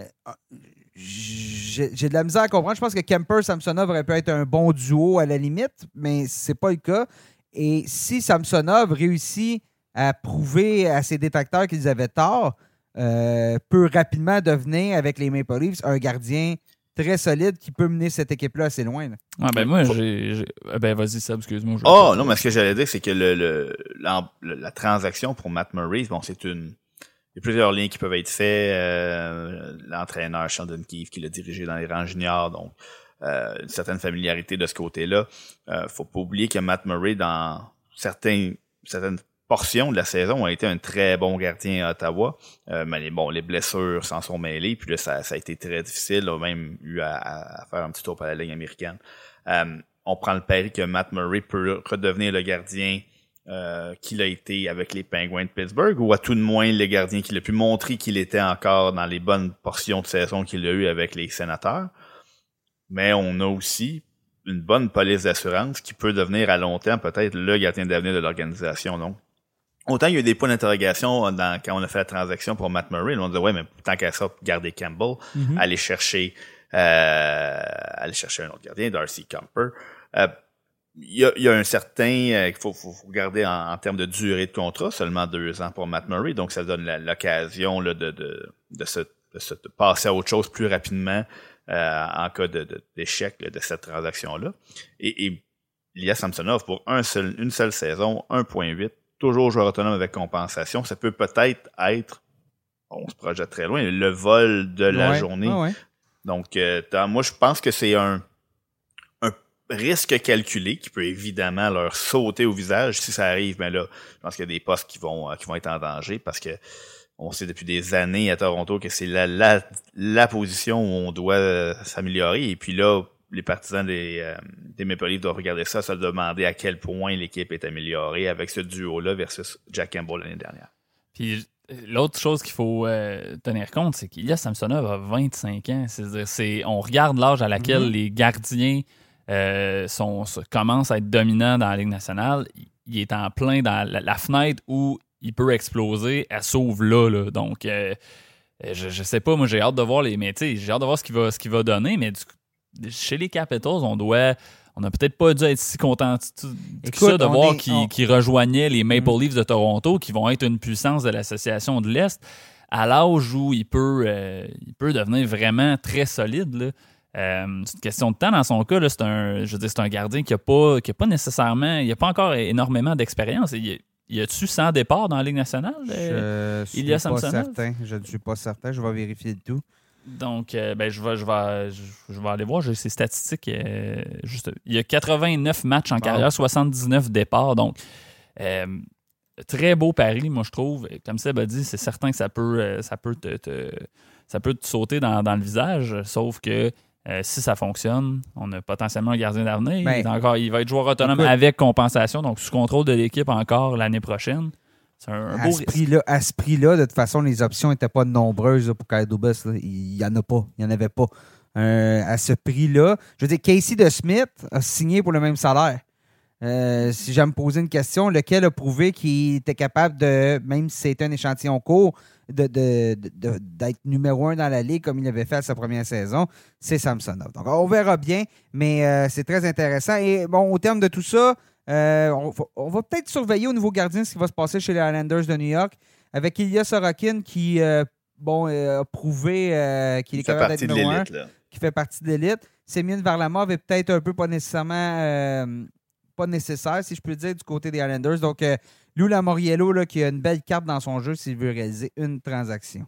J'ai, j'ai de la misère à comprendre. Je pense que Kemper Samsonov aurait pu être un bon duo à la limite, mais c'est pas le cas. Et si Samsonov réussit à prouver à ses détracteurs qu'ils avaient tort, euh, peut rapidement devenir, avec les Maple Leafs, un gardien très solide qui peut mener cette équipe-là assez loin. Là. Ah ben moi, j'ai, j'ai... Ben vas-y, Seb, excuse-moi. Oh non, mais ce que j'allais dire, c'est que le, le, la, la transaction pour Matt Murray, bon, c'est une... Il y a plusieurs liens qui peuvent être faits. Euh, l'entraîneur Sheldon Keefe qui l'a dirigé dans les rangs juniors, donc euh, une certaine familiarité de ce côté-là. Euh, faut pas oublier que Matt Murray, dans certains, certaines portions de la saison, a été un très bon gardien à Ottawa. Euh, mais les, bon, les blessures s'en sont mêlées, puis là, ça, ça a été très difficile. On a même eu à, à faire un petit tour par la ligne américaine. Euh, on prend le pari que Matt Murray peut redevenir le gardien Euh, qu'il a été avec les Penguins de Pittsburgh, ou à tout de moins le gardien qu'il a pu montrer qu'il était encore dans les bonnes portions de saison qu'il a eu avec les Sénateurs. Mais on a aussi une bonne police d'assurance qui peut devenir à long terme peut-être le gardien d'avenir de l'organisation. Donc, autant il y a eu des points d'interrogation dans, quand on a fait la transaction pour Matt Murray, on disait ouais, mais tant qu'à ça, garder Campbell, mm-hmm. aller chercher euh, aller chercher un autre gardien, Darcy Kuemper. Euh, Il y a, il y a un certain euh, qu'il faut, faut, faut regarder en, en termes de durée de contrat, seulement deux ans pour Matt Murray, donc ça donne la, l'occasion là, de, de, de, se, de se de passer à autre chose plus rapidement euh, en cas de, de, d'échec là, de cette transaction-là. Et, et Ilya Samsonov, pour un seul, une seule saison, un virgule huit, toujours joueur autonome avec compensation, ça peut peut-être être, on se projette très loin, le vol de la ouais, journée. Ouais, ouais. Donc, euh, moi, je pense que c'est un risque calculé qui peut évidemment leur sauter au visage si ça arrive, mais là, je pense qu'il y a des postes qui vont qui vont être en danger parce que on sait depuis des années à Toronto que c'est la la, la position où on doit s'améliorer et puis là, les partisans des, euh, des Maple Leafs doivent regarder ça, se demander à quel point l'équipe est améliorée avec ce duo-là versus Jack Campbell l'année dernière. Puis l'autre chose qu'il faut euh, tenir compte, c'est qu'Ilya Samsonov a vingt-cinq ans. C'est-à-dire, c'est, on regarde l'âge à laquelle mm-hmm. les gardiens Euh, sont, commence à être dominant dans la Ligue nationale, il est en plein dans la, la fenêtre où il peut exploser, elle sauve là. là. Donc, euh, je, je sais pas, moi j'ai hâte de voir les. Mais tu sais, j'ai hâte de voir ce qu'il va, ce qu'il va donner, mais du, chez les Capitals, on doit. On n'a peut-être pas dû être si content que ça de voir est, qu'ils on... qui rejoignaient les Maple mm. Leafs de Toronto, qui vont être une puissance de l'association de l'Est, à l'âge où il peut, euh, il peut devenir vraiment très solide, là. Euh, c'est une question de temps dans son cas. Là, c'est un, je veux dire, c'est un gardien qui n'a pas, qui a pas nécessairement, il n'a pas encore énormément d'expérience. Il, y a-tu cent départs dans la Ligue nationale? Je suis pas certain. Je ne suis pas certain. Je vais vérifier le tout. Donc, euh, ben, je vais, je vais, je, je vais aller voir. J'ai ses statistiques. Euh, juste, il y a quatre-vingt-neuf matchs en carrière, oh. soixante-dix-neuf départs. Donc, euh, très beau pari, moi je trouve. Comme Seb a dit, c'est certain que ça peut, ça peut te, te ça peut te sauter dans, dans le visage. Sauf que Euh, si ça fonctionne, on a potentiellement un gardien d'avenir. Ben, il, est encore, il va être joueur autonome écoute, avec compensation, donc sous contrôle de l'équipe encore l'année prochaine. C'est un, un à beau ce risque. prix-là, à ce prix-là, de toute façon, les options n'étaient pas nombreuses là, pour Kyle Dubas. Là. Il n'y en a pas. Il n'y en avait pas. Euh, à ce prix-là, je veux dire, Casey DeSmith a signé pour le même salaire. Euh, si j'aime me poser une question, lequel a prouvé qu'il était capable de, même si c'était un échantillon court, de, de, de, de, d'être numéro un dans la ligue comme il avait fait à sa première saison, c'est Samsonov. Donc, on verra bien, mais euh, c'est très intéressant. Et bon, au terme de tout ça, euh, on, va, on va peut-être surveiller au niveau gardien ce qui va se passer chez les Islanders de New York avec Ilya Sorokin qui euh, bon, euh, a prouvé euh, qu'il est capable d'être numéro un, qui fait partie de l'élite. Semyon Varlamov est peut-être un peu pas nécessairement... Euh, pas nécessaire, si je peux dire, du côté des Islanders. Donc, euh, Lou Lamoriello, là, qui a une belle carte dans son jeu s'il veut réaliser une transaction.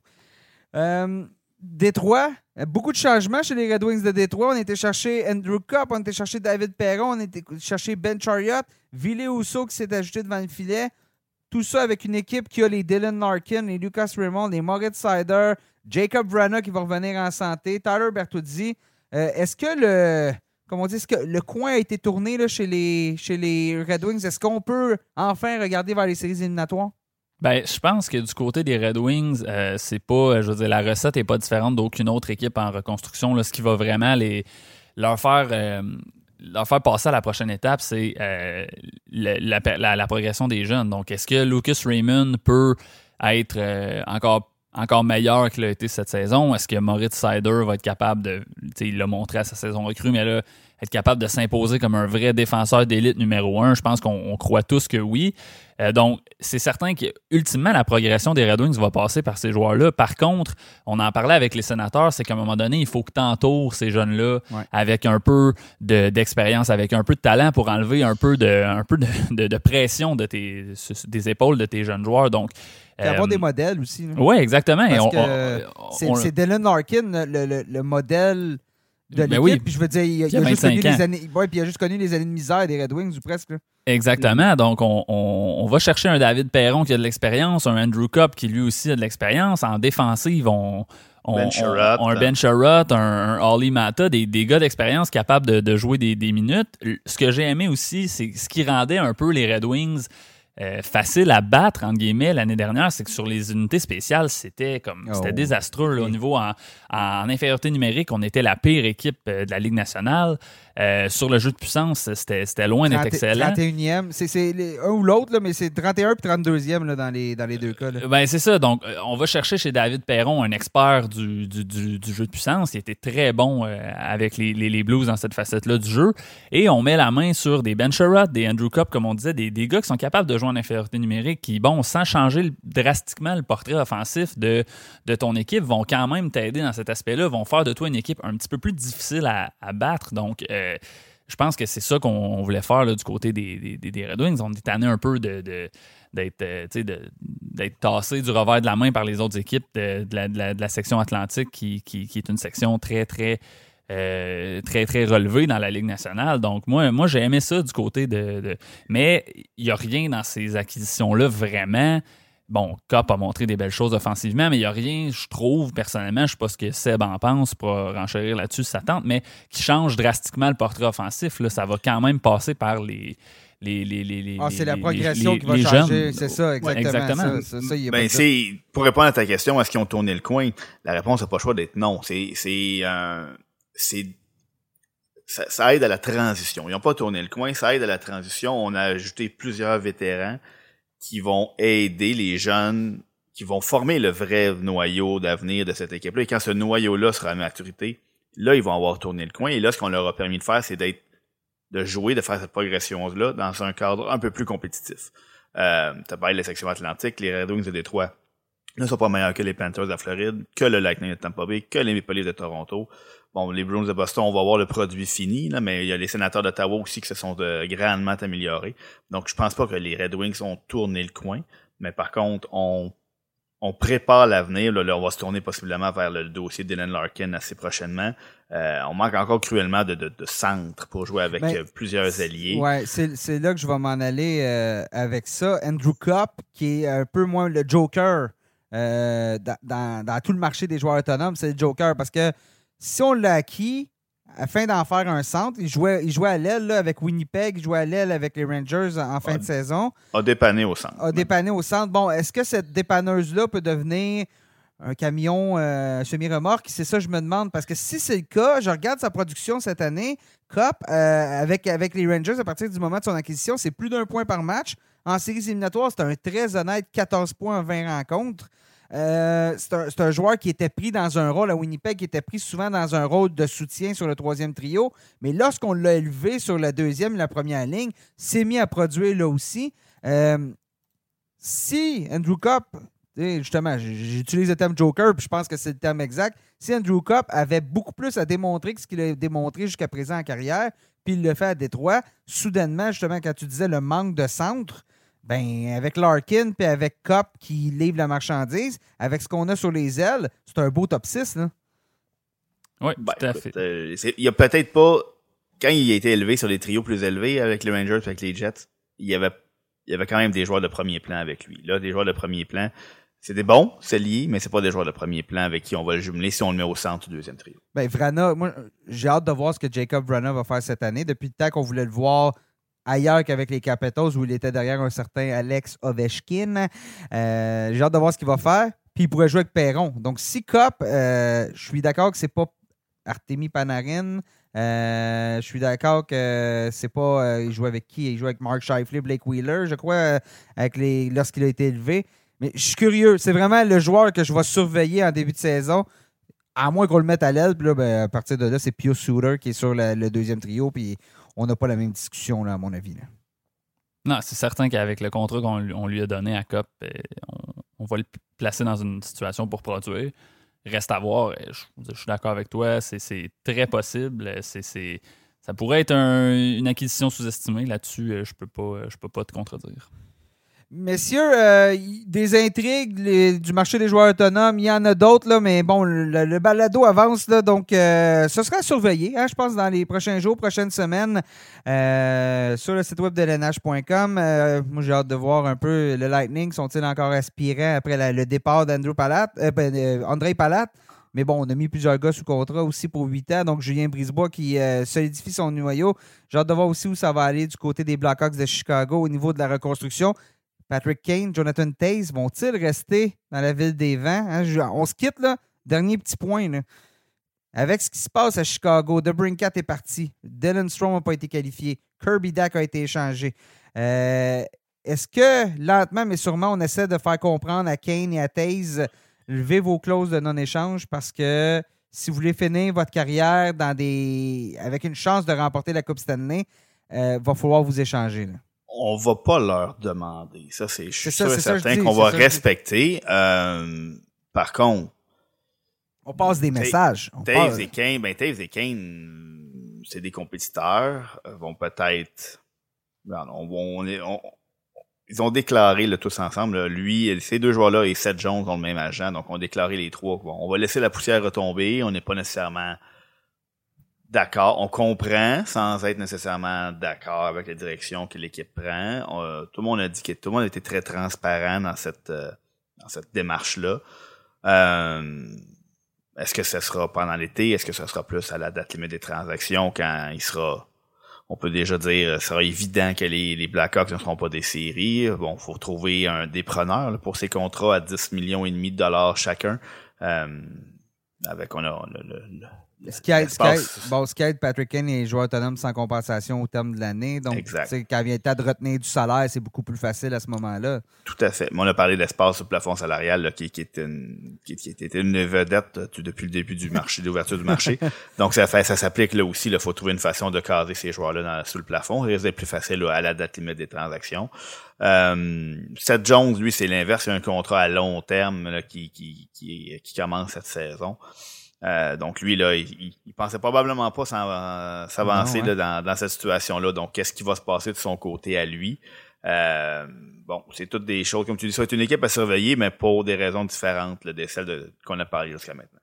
Euh, Détroit, beaucoup de changements chez les Red Wings de Détroit. On était chercher Andrew Copp, on était chercher David Perron, on était chercher Ben Chariot, Ville Husso qui s'est ajouté devant le filet. Tout ça avec une équipe qui a les Dylan Larkin, les Lucas Raymond, les Moritz Seider, Jacob Vrana qui va revenir en santé, Tyler Bertuzzi. Euh, est-ce que le... Comme on dit, est-ce que le coin a été tourné là, chez, les, chez les Red Wings? Est-ce qu'on peut enfin regarder vers les séries éliminatoires? Ben, je pense que du côté des Red Wings, euh, c'est pas, je veux dire, la recette n'est pas différente d'aucune autre équipe en reconstruction. Là, ce qui va vraiment les, leur faire, euh, leur faire passer à la prochaine étape, c'est euh, la, la, la, la progression des jeunes. Donc, est-ce que Lucas Raymond peut être euh, encore encore meilleur qu'il a été cette saison? Est-ce que Moritz Seider va être capable de, tu sais, il l'a montré à sa saison recrue, mais là, être capable de s'imposer comme un vrai défenseur d'élite numéro un? Je pense qu'on on croit tous que oui. Euh, donc, c'est certain qu'ultimement, la progression des Red Wings va passer par ces joueurs-là. Par contre, on en parlait avec les sénateurs, c'est qu'à un moment donné, il faut que tu entoures ces jeunes-là ouais. avec un peu de, d'expérience, avec un peu de talent pour enlever un peu de, un peu de, de, de pression de tes, des épaules de tes jeunes joueurs. Donc, Puis avoir euh, des modèles aussi. Oui, exactement. Parce on, que on, c'est, on, c'est Dylan Larkin, le, le, le modèle de l'équipe. Ben oui. Puis je veux dire, il, il, a, juste connu les années, ouais, puis il a juste connu les années de misère des Red Wings ou presque. Là. Exactement. Donc, on, on, on va chercher un David Perron qui a de l'expérience, un Andrew Copp qui lui aussi a de l'expérience. En défensive, on... On, Ben Sherratt, on, un Ben Sherratt, un, un Ollie Mata, des, des gars d'expérience capables de, de jouer des, des minutes. Ce que j'ai aimé aussi, c'est ce qui rendait un peu les Red Wings euh, faciles à battre, entre guillemets, l'année dernière, c'est que sur les unités spéciales, c'était comme c'était oh. désastreux. Là, au niveau en, en infériorité numérique, on était la pire équipe de la Ligue nationale. Euh, sur le jeu de puissance, c'était, c'était loin d'être excellent. trente et unième, c'est, c'est les, un ou l'autre, là, mais c'est trente et un et trente-deuxième là, dans, les, dans les deux cas. Là. Ben, c'est ça. Donc, on va chercher chez David Perron un expert du, du, du, du jeu de puissance. Il était très bon euh, avec les, les, les Blues dans cette facette-là du jeu. Et on met la main sur des Ben Sherratt, des Andrew Copp, comme on disait, des, des gars qui sont capables de jouer en infériorité numérique, qui, bon, sans changer le, drastiquement le portrait offensif de, de ton équipe, vont quand même t'aider dans cet aspect-là, vont faire de toi une équipe un petit peu plus difficile à, à battre. Donc, euh, je pense que c'est ça qu'on voulait faire là, du côté des, des, des Red Wings. On est tanné un peu de, de, d'être, euh, de, d'être tassé du revers de la main par les autres équipes de, de, la, de, la, de la section Atlantique, qui, qui, qui est une section très, très, euh, très, très relevée dans la Ligue nationale. Donc, moi, moi j'ai aimé ça du côté de... de... Mais il n'y a rien dans ces acquisitions-là vraiment... Bon, Copp a montré des belles choses offensivement, mais il n'y a rien, je trouve, personnellement, je ne sais pas ce que Seb en pense pour renchérir là-dessus, sa tante, mais qui change drastiquement le portrait offensif. Là, ça va quand même passer par les... les, les, les ah, c'est les, la progression les, qui va les changer, jeunes. c'est ça, exactement. Ouais, exactement. Ça, ça, ça, il ben, c'est, pour répondre à ta question, est-ce qu'ils ont tourné le coin? La réponse n'a pas le choix d'être non. C'est... c'est, euh, c'est ça, ça aide à la transition. Ils n'ont pas tourné le coin, ça aide à la transition. On a ajouté plusieurs vétérans qui vont aider les jeunes, qui vont former le vrai noyau d'avenir de cette équipe-là. Et quand ce noyau-là sera à maturité, là, ils vont avoir tourné le coin. Et là, ce qu'on leur a permis de faire, c'est d'être, de jouer, de faire cette progression-là dans un cadre un peu plus compétitif. Euh, t'as parlé de la section Atlantique, les Red Wings de Détroit ne sont pas meilleurs que les Panthers de la Floride, que le Lightning de Tampa Bay, que les Maple Leafs de Toronto. Bon, les Bruins de Boston, on va voir le produit fini, là, mais il y a les Sénateurs d'Ottawa aussi qui se sont de, grandement améliorés. Donc, je pense pas que les Red Wings ont tourné le coin, mais par contre, on, on prépare l'avenir. Là, là, on va se tourner possiblement vers le dossier Dylan Larkin assez prochainement. Euh, on manque encore cruellement de, de, de centre pour jouer avec ben, plusieurs alliés. Ouais, c'est, c'est là que je vais m'en aller euh, avec ça. Andrew Copp, qui est un peu moins le joker euh, dans, dans, dans tout le marché des joueurs autonomes, c'est le joker parce que si on l'a acquis afin d'en faire un centre. Il jouait, il jouait à l'aile là, avec Winnipeg, il jouait à l'aile avec les Rangers en fin a, de saison. A dépanné au centre. A dépanné au centre. Bon, est-ce que cette dépanneuse-là peut devenir un camion euh, semi-remorque? C'est ça que je me demande. Parce que si c'est le cas, je regarde sa production cette année. Copp, euh, avec, avec les Rangers, à partir du moment de son acquisition, c'est plus d'un point par match. En séries éliminatoires, c'est un très honnête quatorze points en vingt rencontres. Euh, c'est, un, c'est un joueur qui était pris dans un rôle à Winnipeg, qui était pris souvent dans un rôle de soutien sur le troisième trio. Mais lorsqu'on l'a élevé sur la deuxième et la première ligne, s'est mis à produire là aussi. Euh, si Andrew Copp, justement, j'utilise le terme Joker, puis je pense que c'est le terme exact. Si Andrew Copp avait beaucoup plus à démontrer que ce qu'il a démontré jusqu'à présent en carrière, puis il le fait à Détroit, soudainement, justement, quand tu disais le manque de centre, ben avec Larkin puis avec Copp qui livre la marchandise, avec ce qu'on a sur les ailes, c'est un beau top six, là. Oui, ben, tout à écoute, fait. Euh, il n'y a peut-être pas... Quand il a été élevé sur des trios plus élevés avec les Rangers et avec les Jets, il y avait, il y avait quand même des joueurs de premier plan avec lui. Là, des joueurs de premier plan, c'est des bons, c'est lié, mais c'est pas des joueurs de premier plan avec qui on va le jumeler si on le met au centre du deuxième trio. Ben Vrana, moi, j'ai hâte de voir ce que Jacob Vrana va faire cette année. Depuis le temps qu'on voulait le voir ailleurs qu'avec les Capitals où il était derrière un certain Alex Ovechkin. Euh, j'ai hâte de voir ce qu'il va faire. Puis il pourrait jouer avec Perron. Donc si Copp, euh, je suis d'accord que c'est pas Artemi Panarin. Euh, je suis d'accord que c'est pas... Euh, il joue avec qui? Il joue avec Mark Scheifele, Blake Wheeler, je crois, euh, avec les, lorsqu'il a été élevé. Mais je suis curieux. C'est vraiment le joueur que je vais surveiller en début de saison. À moins qu'on le mette à l'aile. Puis là, ben, à partir de là, c'est Pius Suter qui est sur la, le deuxième trio. Puis on n'a pas la même discussion, là, à mon avis. Là. Non, c'est certain qu'avec le contrat qu'on on lui a donné à Copp, on, on va le placer dans une situation pour produire. Reste à voir. Je, je suis d'accord avec toi. C'est, c'est très possible. C'est, c'est, ça pourrait être un, une acquisition sous-estimée. Là-dessus, je peux pas, je peux pas te contredire. Messieurs, euh, des intrigues les, du marché des joueurs autonomes, il y en a d'autres, là, mais bon, le, le balado avance, là, donc euh, ce sera surveillé, hein, je pense, dans les prochains jours, prochaines semaines, euh, sur le site web de L N H point com. Euh, moi, j'ai hâte de voir un peu le Lightning. Sont-ils encore aspirants après la, le départ d'Andrew Palat, euh, euh, André Palat? Mais bon, on a mis plusieurs gars sous contrat aussi pour huit ans. Donc, Julien Brisebois qui euh, solidifie son noyau. J'ai hâte de voir aussi où ça va aller du côté des Blackhawks de Chicago au niveau de la reconstruction. Patrick Kane, Jonathan Toews, vont-ils rester dans la ville des vents? Hein? On se quitte, là. Dernier petit point, là. Avec ce qui se passe à Chicago, DeBrincat est parti. Dylan Strome n'a pas été qualifié. Kirby Dach a été échangé. Euh, est-ce que, lentement, mais sûrement, on essaie de faire comprendre à Kane et à Toews, levez vos clauses de non-échange parce que si vous voulez finir votre carrière dans des avec une chance de remporter la Coupe Stanley, il euh, va falloir vous échanger, là. On va pas leur demander. Ça, c'est, je suis sûr et certain dis, qu'on va respecter. Euh, par contre, on passe des messages. Toews et Kane, ben Toews et Kane, c'est des compétiteurs, vont peut-être, on, on, on, ils ont déclaré là, tous ensemble. Là, lui, ces deux joueurs-là et Seth Jones ont le même agent, donc on a déclaré les trois. Bon, on va laisser la poussière retomber. On n'est pas nécessairement d'accord, on comprend sans être nécessairement d'accord avec la direction que l'équipe prend. On, tout le monde a dit que tout le monde a été très transparent dans cette euh, dans cette démarche-là. Euh, est-ce que ce sera pendant l'été? Est-ce que ce sera plus à la date limite des transactions quand il sera, on peut déjà dire, ce sera évident que les, les Blackhawks ne seront pas des séries. Bon, il faut trouver un des preneurs là, pour ces contrats à dix millions et demi de dollars chacun. Euh, avec on a le, le, le Ce qui aide, ce qui aide, bon, ce qui aide Patrick Kane et les joueurs autonomes sans compensation au terme de l'année. Donc, quand vient le temps de retenir du salaire, c'est beaucoup plus facile à ce moment-là. Tout à fait. Mais on a parlé d'espace sur le plafond salarial là, qui, qui, était une, qui, qui était une vedette depuis le début du marché, de l'ouverture du marché. Donc, ça, fait, ça s'applique là aussi. Il faut trouver une façon de caser ces joueurs-là dans, sous le plafond. Ça risque d'être plus facile là, à la date limite des transactions. Euh, Seth Jones, lui, c'est l'inverse. Il y a un contrat à long terme là, qui, qui, qui, qui commence cette saison. Euh, donc lui là, il, il pensait probablement pas s'en, s'avancer non, ouais. là, dans, dans cette situation-là. Donc qu'est-ce qui va se passer de son côté à lui? Euh, bon, c'est toutes des choses, comme tu dis, ça va être une équipe à surveiller, mais pour des raisons différentes là, de celles de, qu'on a parlé jusqu'à maintenant.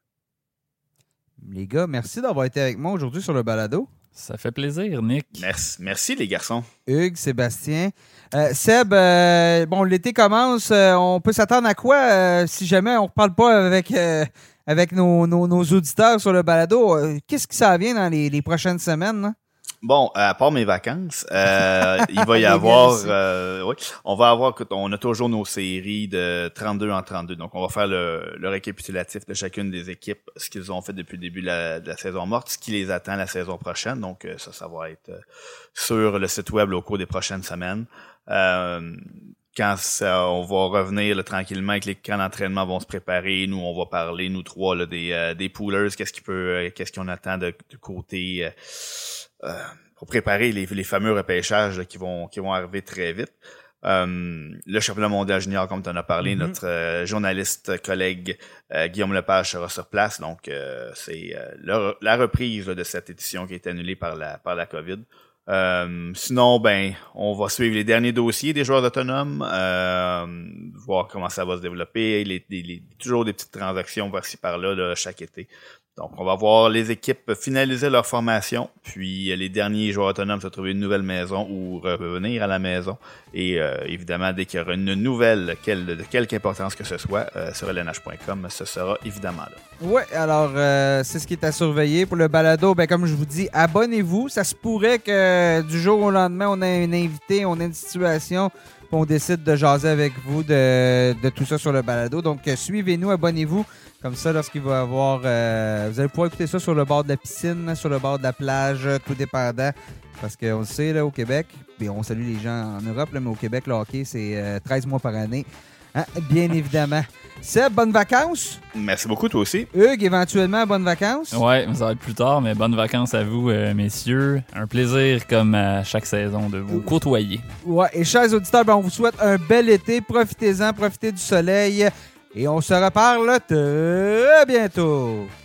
Les gars, merci d'avoir été avec moi aujourd'hui sur le balado. Ça fait plaisir, Nick. Merci, merci les garçons. Hugues, Sébastien. Euh, Seb, euh, bon, l'été commence. Euh, on peut s'attendre à quoi euh, si jamais on ne reparle pas avec, euh, avec nos, nos, nos auditeurs sur le balado. Qu'est-ce qui s'en vient dans les, les prochaines semaines? Hein? Bon, à part mes vacances, euh, il va y avoir, euh, oui, on va avoir, on a toujours nos séries de trente-deux en trente-deux. Donc, on va faire le, le récapitulatif de chacune des équipes, ce qu'ils ont fait depuis le début de la, de la saison morte, ce qui les attend la saison prochaine. Donc, ça, ça va être sur le site web là, au cours des prochaines semaines. Euh, quand ça, on va revenir là, tranquillement avec les camps d'entraînement vont se préparer, nous, on va parler, nous trois, là, des, euh, des poolers, qu'est-ce qu'il peut, euh, qu'est-ce qu'on attend de, de côté... Euh, Euh, pour préparer les, les fameux repêchages là, qui vont qui vont arriver très vite. Euh, le championnat mondial junior, comme tu en as parlé, mm-hmm. notre euh, journaliste collègue euh, Guillaume Lepage sera sur place. Donc, euh, c'est euh, la, la reprise là, de cette édition qui a été annulée par la par la COVID. Euh, sinon, ben, on va suivre les derniers dossiers des joueurs autonomes, euh, voir comment ça va se développer. Les, les, les, toujours des petites transactions par-ci par-là là, chaque été. Donc, on va voir les équipes finaliser leur formation, puis les derniers joueurs autonomes se trouver une nouvelle maison ou revenir à la maison. Et euh, évidemment, dès qu'il y aura une nouvelle, quelle, de quelque importance que ce soit, euh, sur L N H point com, ce sera évidemment là. Oui, alors euh, c'est ce qui est à surveiller. Pour le balado, ben, comme je vous dis, abonnez-vous. Ça se pourrait que du jour au lendemain, on ait un invité, on ait une situation, puis on décide de jaser avec vous de, de tout ça sur le balado. Donc, euh, suivez-nous, abonnez-vous. Comme ça, lorsqu'il va y avoir... Euh, vous allez pouvoir écouter ça sur le bord de la piscine, sur le bord de la plage, tout dépendant. Parce qu'on le sait, là, au Québec, puis on salue les gens en Europe, là, mais au Québec, le hockey, c'est euh, treize mois par année. Hein? Bien évidemment. Seb, bonnes vacances. Merci beaucoup, toi aussi. Hugues, éventuellement, bonnes vacances. Ouais, ça va être plus tard, mais bonnes vacances à vous, euh, messieurs. Un plaisir, comme à chaque saison, de vous côtoyer. Ouais, et chers auditeurs, ben, on vous souhaite un bel été. Profitez-en, profitez du soleil. Et on se reparle très bientôt.